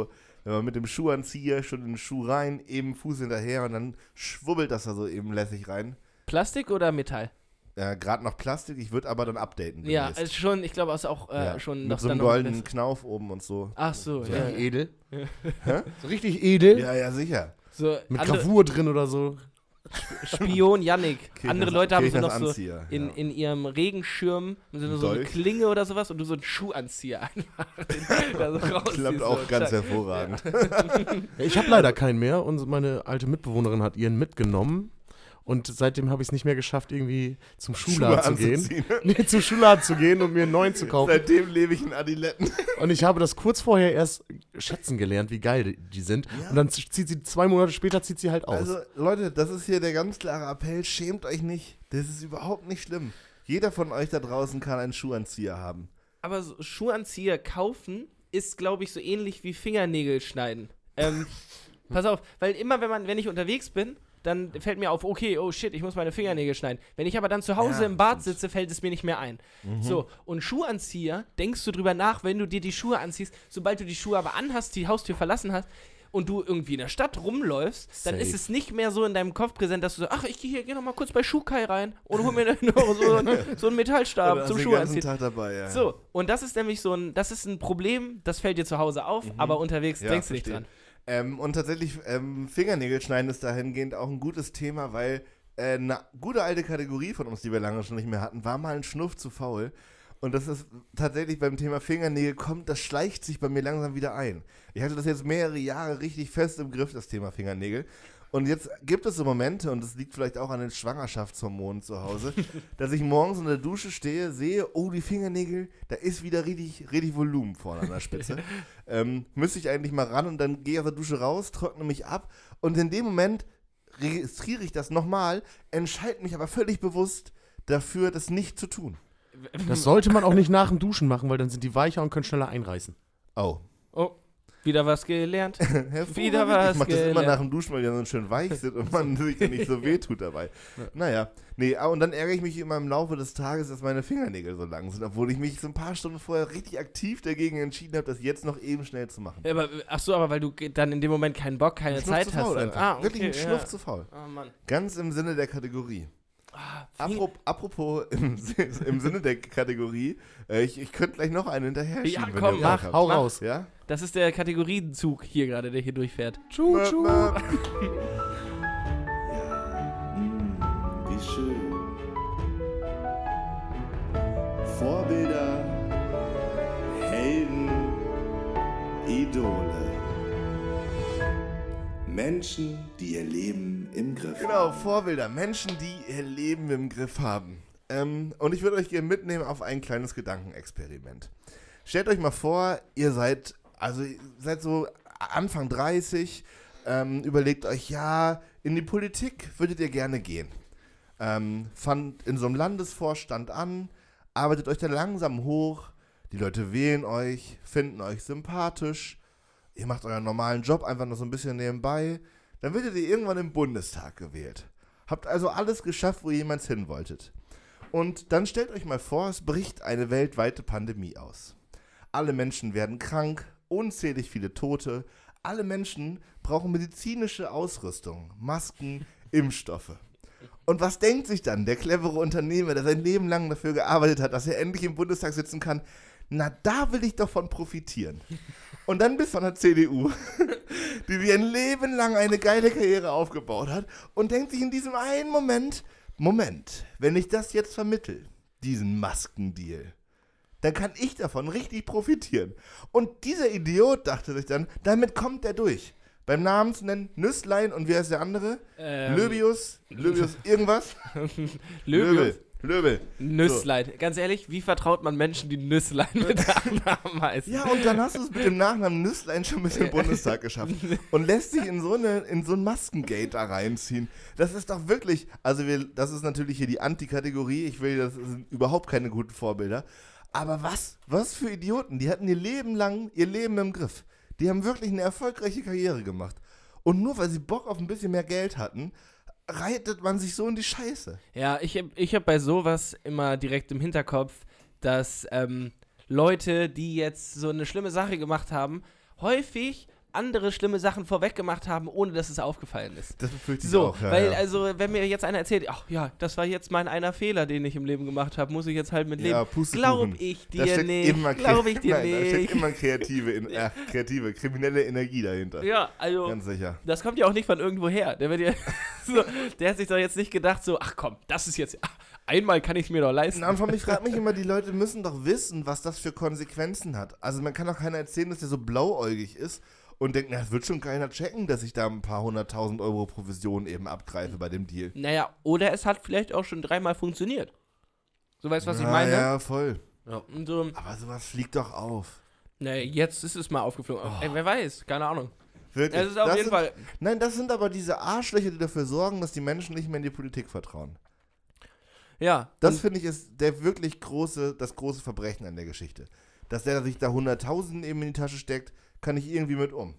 man mit dem Schuhanzieher schon in den Schuh rein, eben Fuß hinterher und dann schwubbelt das da so eben lässig rein. Plastik oder Metall? Ja, gerade noch Plastik, ich würde aber dann updaten. Ja, demnächst. also schon, ich glaube, es ist auch Ja, schon mit so einem noch goldenen Knauf oben und so. Ach so, So ja. richtig edel. Hä? So richtig edel. Ja, ja, sicher. So Mit andere Gravur drin oder so. Spion Yannick. Andere Leute haben so noch so Anzieher, ja. in ihrem Regenschirm so eine Dolch. Klinge oder sowas und du so einen Schuhanzieher einfach da so rausziehst. Klappt auch so. ganz hervorragend. Ja, ich habe leider keinen mehr und meine alte Mitbewohnerin hat ihren mitgenommen. Und seitdem habe ich es nicht mehr geschafft, irgendwie zum Schuhladen zu gehen. anzuziehen. Nee, zum Schuhladen zu gehen und mir einen neuen zu kaufen. Seitdem lebe ich in Adiletten. Und ich habe das kurz vorher erst schätzen gelernt, wie geil die sind. Ja. Und dann zieht sie 2 Monate später zieht sie halt aus. Also, Leute, das ist hier der ganz klare Appell. Schämt euch nicht. Das ist überhaupt nicht schlimm. Jeder von euch da draußen kann einen Schuhanzieher haben. Aber so Schuhanzieher kaufen ist, glaube ich, so ähnlich wie Fingernägel schneiden. Pass auf, weil immer, wenn ich unterwegs bin, dann fällt mir auf, okay, oh shit, ich muss meine Fingernägel schneiden. Wenn ich aber dann zu Hause Ja, im Bad stimmt. sitze, fällt es mir nicht mehr ein. So, und Schuhanzieher, denkst du drüber nach, wenn du dir die Schuhe anziehst, sobald du die Schuhe aber anhast, die Haustür verlassen hast und du irgendwie in der Stadt rumläufst, dann Safe. ist es nicht mehr so in deinem Kopf präsent, dass du so, ach, ich geh noch mal kurz bei Schuhkai rein und hol mir so einen Metallstab zum den Schuh ganzen anziehen. Tag dabei, ja. So, und das ist nämlich das ist ein Problem, das fällt dir zu Hause auf, aber unterwegs Ja, denkst du nicht verstehe. dran. Und tatsächlich, Fingernägel schneiden ist dahingehend auch ein gutes Thema, weil eine gute alte Kategorie von uns, die wir lange schon nicht mehr hatten, war mal ein Schnuff zu faul. Und das ist tatsächlich beim Thema Fingernägel das schleicht sich bei mir langsam wieder ein. Ich hatte das jetzt mehrere Jahre richtig fest im Griff, das Thema Fingernägel. Und jetzt gibt es so Momente, und das liegt vielleicht auch an den Schwangerschaftshormonen zu Hause, dass ich morgens in der Dusche stehe, sehe, oh, die Fingernägel, da ist wieder richtig Volumen vorne an der Spitze. Müsste ich eigentlich mal ran und dann gehe ich aus der Dusche raus, trockne mich ab und in dem Moment registriere ich das nochmal, entscheide mich aber völlig bewusst dafür, das nicht zu tun. Das sollte man auch nicht nach dem Duschen machen, weil dann sind die weicher und können schneller einreißen. Oh. Oh, wieder was gelernt. Hervorragend. Wieder was ich mache das immer gelernt. nach dem Duschen, weil die dann so schön weich sind und man sich ja nicht so wehtut dabei. Naja, nee, und dann ärgere ich mich immer im Laufe des Tages, dass meine Fingernägel so lang sind, obwohl ich mich so ein paar Stunden vorher richtig aktiv dagegen entschieden habe, das jetzt noch eben schnell zu machen. Ja, aber weil du dann in dem Moment keinen Bock, keine Schnuff Zeit zu faul hast. einfach. Okay, Wirklich ein Schnuff ja. zu faul. Oh Mann. Ganz im Sinne der Kategorie. Fing- Apropos im Sinne der Kategorie, ich könnte gleich noch einen hinterher schieben. Ja, wenn komm, ihr mach. Bock habt. Hau raus. Ja? Das ist der Kategorienzug hier gerade, der hier durchfährt. Tschu, tschu. Wie schön. Vorbilder, Helden, Idole. Menschen, die ihr Leben im Griff haben. Genau, Vorbilder. Menschen, die ihr Leben im Griff haben. Und ich würde euch gerne mitnehmen auf ein kleines Gedankenexperiment. Stellt euch mal vor, ihr seid so Anfang 30, überlegt euch, ja, in die Politik würdet ihr gerne gehen. Fangt in so einem Landesvorstand an, arbeitet euch dann langsam hoch, die Leute wählen euch, finden euch sympathisch, ihr macht euren normalen Job einfach noch so ein bisschen nebenbei, dann werdet ihr irgendwann im Bundestag gewählt. Habt also alles geschafft, wo ihr jemals hin wolltet. Und dann stellt euch mal vor, es bricht eine weltweite Pandemie aus. Alle Menschen werden krank, unzählig viele Tote, alle Menschen brauchen medizinische Ausrüstung, Masken, Impfstoffe. Und was denkt sich dann der clevere Unternehmer, der sein Leben lang dafür gearbeitet hat, dass er endlich im Bundestag sitzen kann? Na, da will ich doch von profitieren. Und dann bist du von der CDU, die sich ein Leben lang eine geile Karriere aufgebaut hat und denkt sich in diesem einen Moment, wenn ich das jetzt vermittel, diesen Maskendeal, dann kann ich davon richtig profitieren. Und dieser Idiot dachte sich dann, damit kommt er durch. Beim Namen zu nennen, Nüsslein und wer ist der andere? Löbius irgendwas? Löbel. Nüsslein. So. Ganz ehrlich, wie vertraut man Menschen, die Nüsslein mit Nachnamen heißen? Ja, und dann hast du es mit dem Nachnamen Nüsslein schon mit dem Bundestag geschafft. Und lässt sich in so ein Maskengate da reinziehen. Das ist doch wirklich, das ist natürlich hier die Antikategorie. Das sind überhaupt keine guten Vorbilder. Aber was für Idioten. Die hatten ihr Leben lang ihr Leben im Griff. Die haben wirklich eine erfolgreiche Karriere gemacht. Und nur weil sie Bock auf ein bisschen mehr Geld hatten, reitet man sich so in die Scheiße. Ja, ich hab bei sowas immer direkt im Hinterkopf, dass Leute, die jetzt so eine schlimme Sache gemacht haben, häufig andere schlimme Sachen vorweg gemacht haben, ohne dass es aufgefallen ist. Das befürchte ich so, auch, ja. Weil, also, wenn mir jetzt einer erzählt, ach ja, das war jetzt mein einer Fehler, den ich im Leben gemacht habe, muss ich jetzt halt mit leben. Glaub ich dir nicht. Glaube ich dir nicht. Da steckt immer kreative, kriminelle Energie dahinter. Ja, also, ganz sicher. Das kommt ja auch nicht von irgendwo her. Der hat sich doch jetzt nicht gedacht, so, ach komm, das ist jetzt, einmal kann ich es mir doch leisten. Ich frage mich immer, die Leute müssen doch wissen, was das für Konsequenzen hat. Also man kann doch keiner erzählen, dass der so blauäugig ist und denkt, na, das wird schon keiner checken, dass ich da ein paar 100.000 Euro Provision eben abgreife bei dem Deal. Naja, oder es hat vielleicht auch schon 3-mal funktioniert. So, weißt du, was ich meine? Ja, voll. Ja. Und so, aber sowas fliegt doch auf. Naja, jetzt ist es mal aufgeflogen. Ey, wer weiß, keine Ahnung. Wirklich. Es ist auf jeden Fall. Nein, das sind aber diese Arschlöcher, die dafür sorgen, dass die Menschen nicht mehr in die Politik vertrauen. Ja. Das finde ich ist das große Verbrechen an der Geschichte. Dass der sich da 100.000 eben in die Tasche steckt, kann ich irgendwie mit um.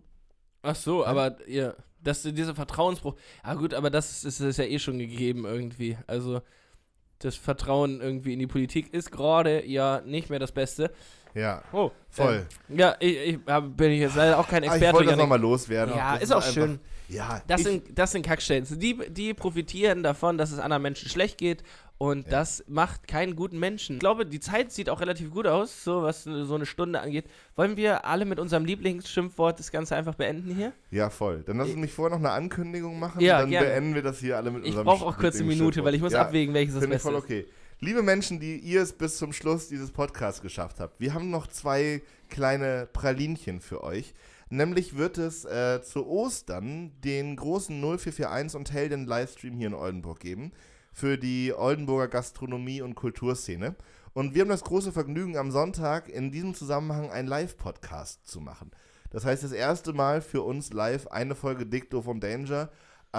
Ach so, aber ja, dieser Vertrauensbruch. Ah gut, aber das ist ja eh schon gegeben irgendwie. Also das Vertrauen irgendwie in die Politik ist gerade ja nicht mehr das Beste. Ja, oh, voll. Ja, bin ich jetzt leider auch kein Experte. Ich wollte das nochmal loswerden. Ja, das ist auch schön. Ja, das sind Kackstellen. Die profitieren davon, dass es anderen Menschen schlecht geht und das macht keinen guten Menschen. Ich glaube, die Zeit sieht auch relativ gut aus, so was so eine Stunde angeht. Wollen wir alle mit unserem Lieblingsschimpfwort das Ganze einfach beenden hier? Ja, voll. Dann lass uns mich vorher noch eine Ankündigung machen, ja, dann beenden wir das hier alle mit unserem Ich brauche auch kurz eine Minute, weil ich muss abwägen, welches das Beste ist. Voll okay. Liebe Menschen, die ihr es bis zum Schluss dieses Podcasts geschafft habt, wir haben noch 2 kleine Pralinchen für euch. Nämlich wird es zu Ostern den großen 0441 und Helden Livestream hier in Oldenburg geben für die Oldenburger Gastronomie- und Kulturszene. Und wir haben das große Vergnügen, am Sonntag in diesem Zusammenhang einen Live-Podcast zu machen. Das heißt, das erste Mal für uns live eine Folge Dick, Doof und Danger.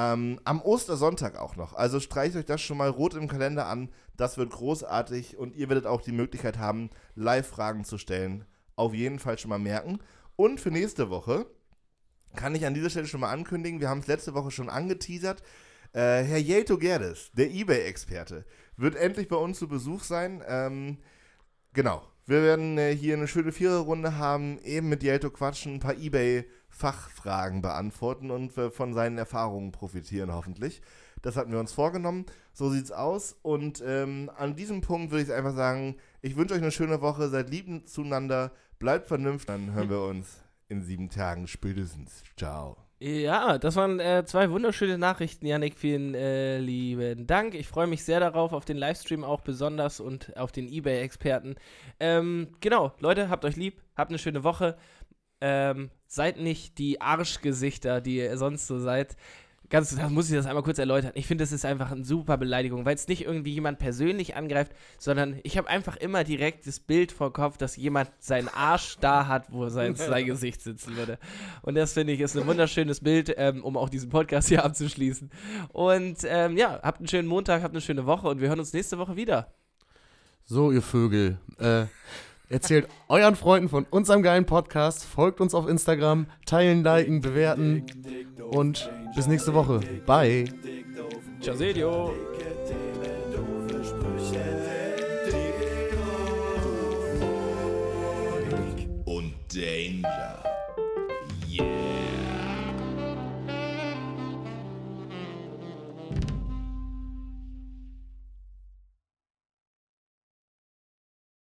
Am Ostersonntag auch noch. Also streicht euch das schon mal rot im Kalender an. Das wird großartig und ihr werdet auch die Möglichkeit haben, Live-Fragen zu stellen. Auf jeden Fall schon mal merken. Und für nächste Woche kann ich an dieser Stelle schon mal ankündigen, wir haben es letzte Woche schon angeteasert, Herr Jelto Gerdes, der eBay-Experte, wird endlich bei uns zu Besuch sein. Genau, wir werden hier eine schöne Viererrunde haben, eben mit Jelto quatschen, ein paar eBay-Fachfragen beantworten und von seinen Erfahrungen profitieren hoffentlich. Das hatten wir uns vorgenommen, so sieht's aus und an diesem Punkt würde ich einfach sagen, ich wünsche euch eine schöne Woche, seid lieb zueinander, bleibt vernünftig, dann hören wir uns in 7 Tagen spätestens. Ciao. Ja, das waren 2 wunderschöne Nachrichten, Yannick. Vielen lieben Dank. Ich freue mich sehr darauf, auf den Livestream auch besonders und auf den eBay-Experten. Genau, Leute, habt euch lieb, habt eine schöne Woche. seid nicht die Arschgesichter, die ihr sonst so seid. Ganz, da muss ich das einmal kurz erläutern. Ich finde, das ist einfach eine super Beleidigung, weil es nicht irgendwie jemand persönlich angreift, sondern ich habe einfach immer direkt das Bild vor Kopf, dass jemand seinen Arsch da hat, wo sein Gesicht sitzen würde. Und das, finde ich, ist ein wunderschönes Bild, um auch diesen Podcast hier abzuschließen. Und habt einen schönen Montag, habt eine schöne Woche und wir hören uns nächste Woche wieder. So, ihr Vögel. Erzählt euren Freunden von unserem geilen Podcast, folgt uns auf Instagram, teilen, liken, bewerten und bis nächste Woche. Bye. Ciao, Sedio. Und Danger.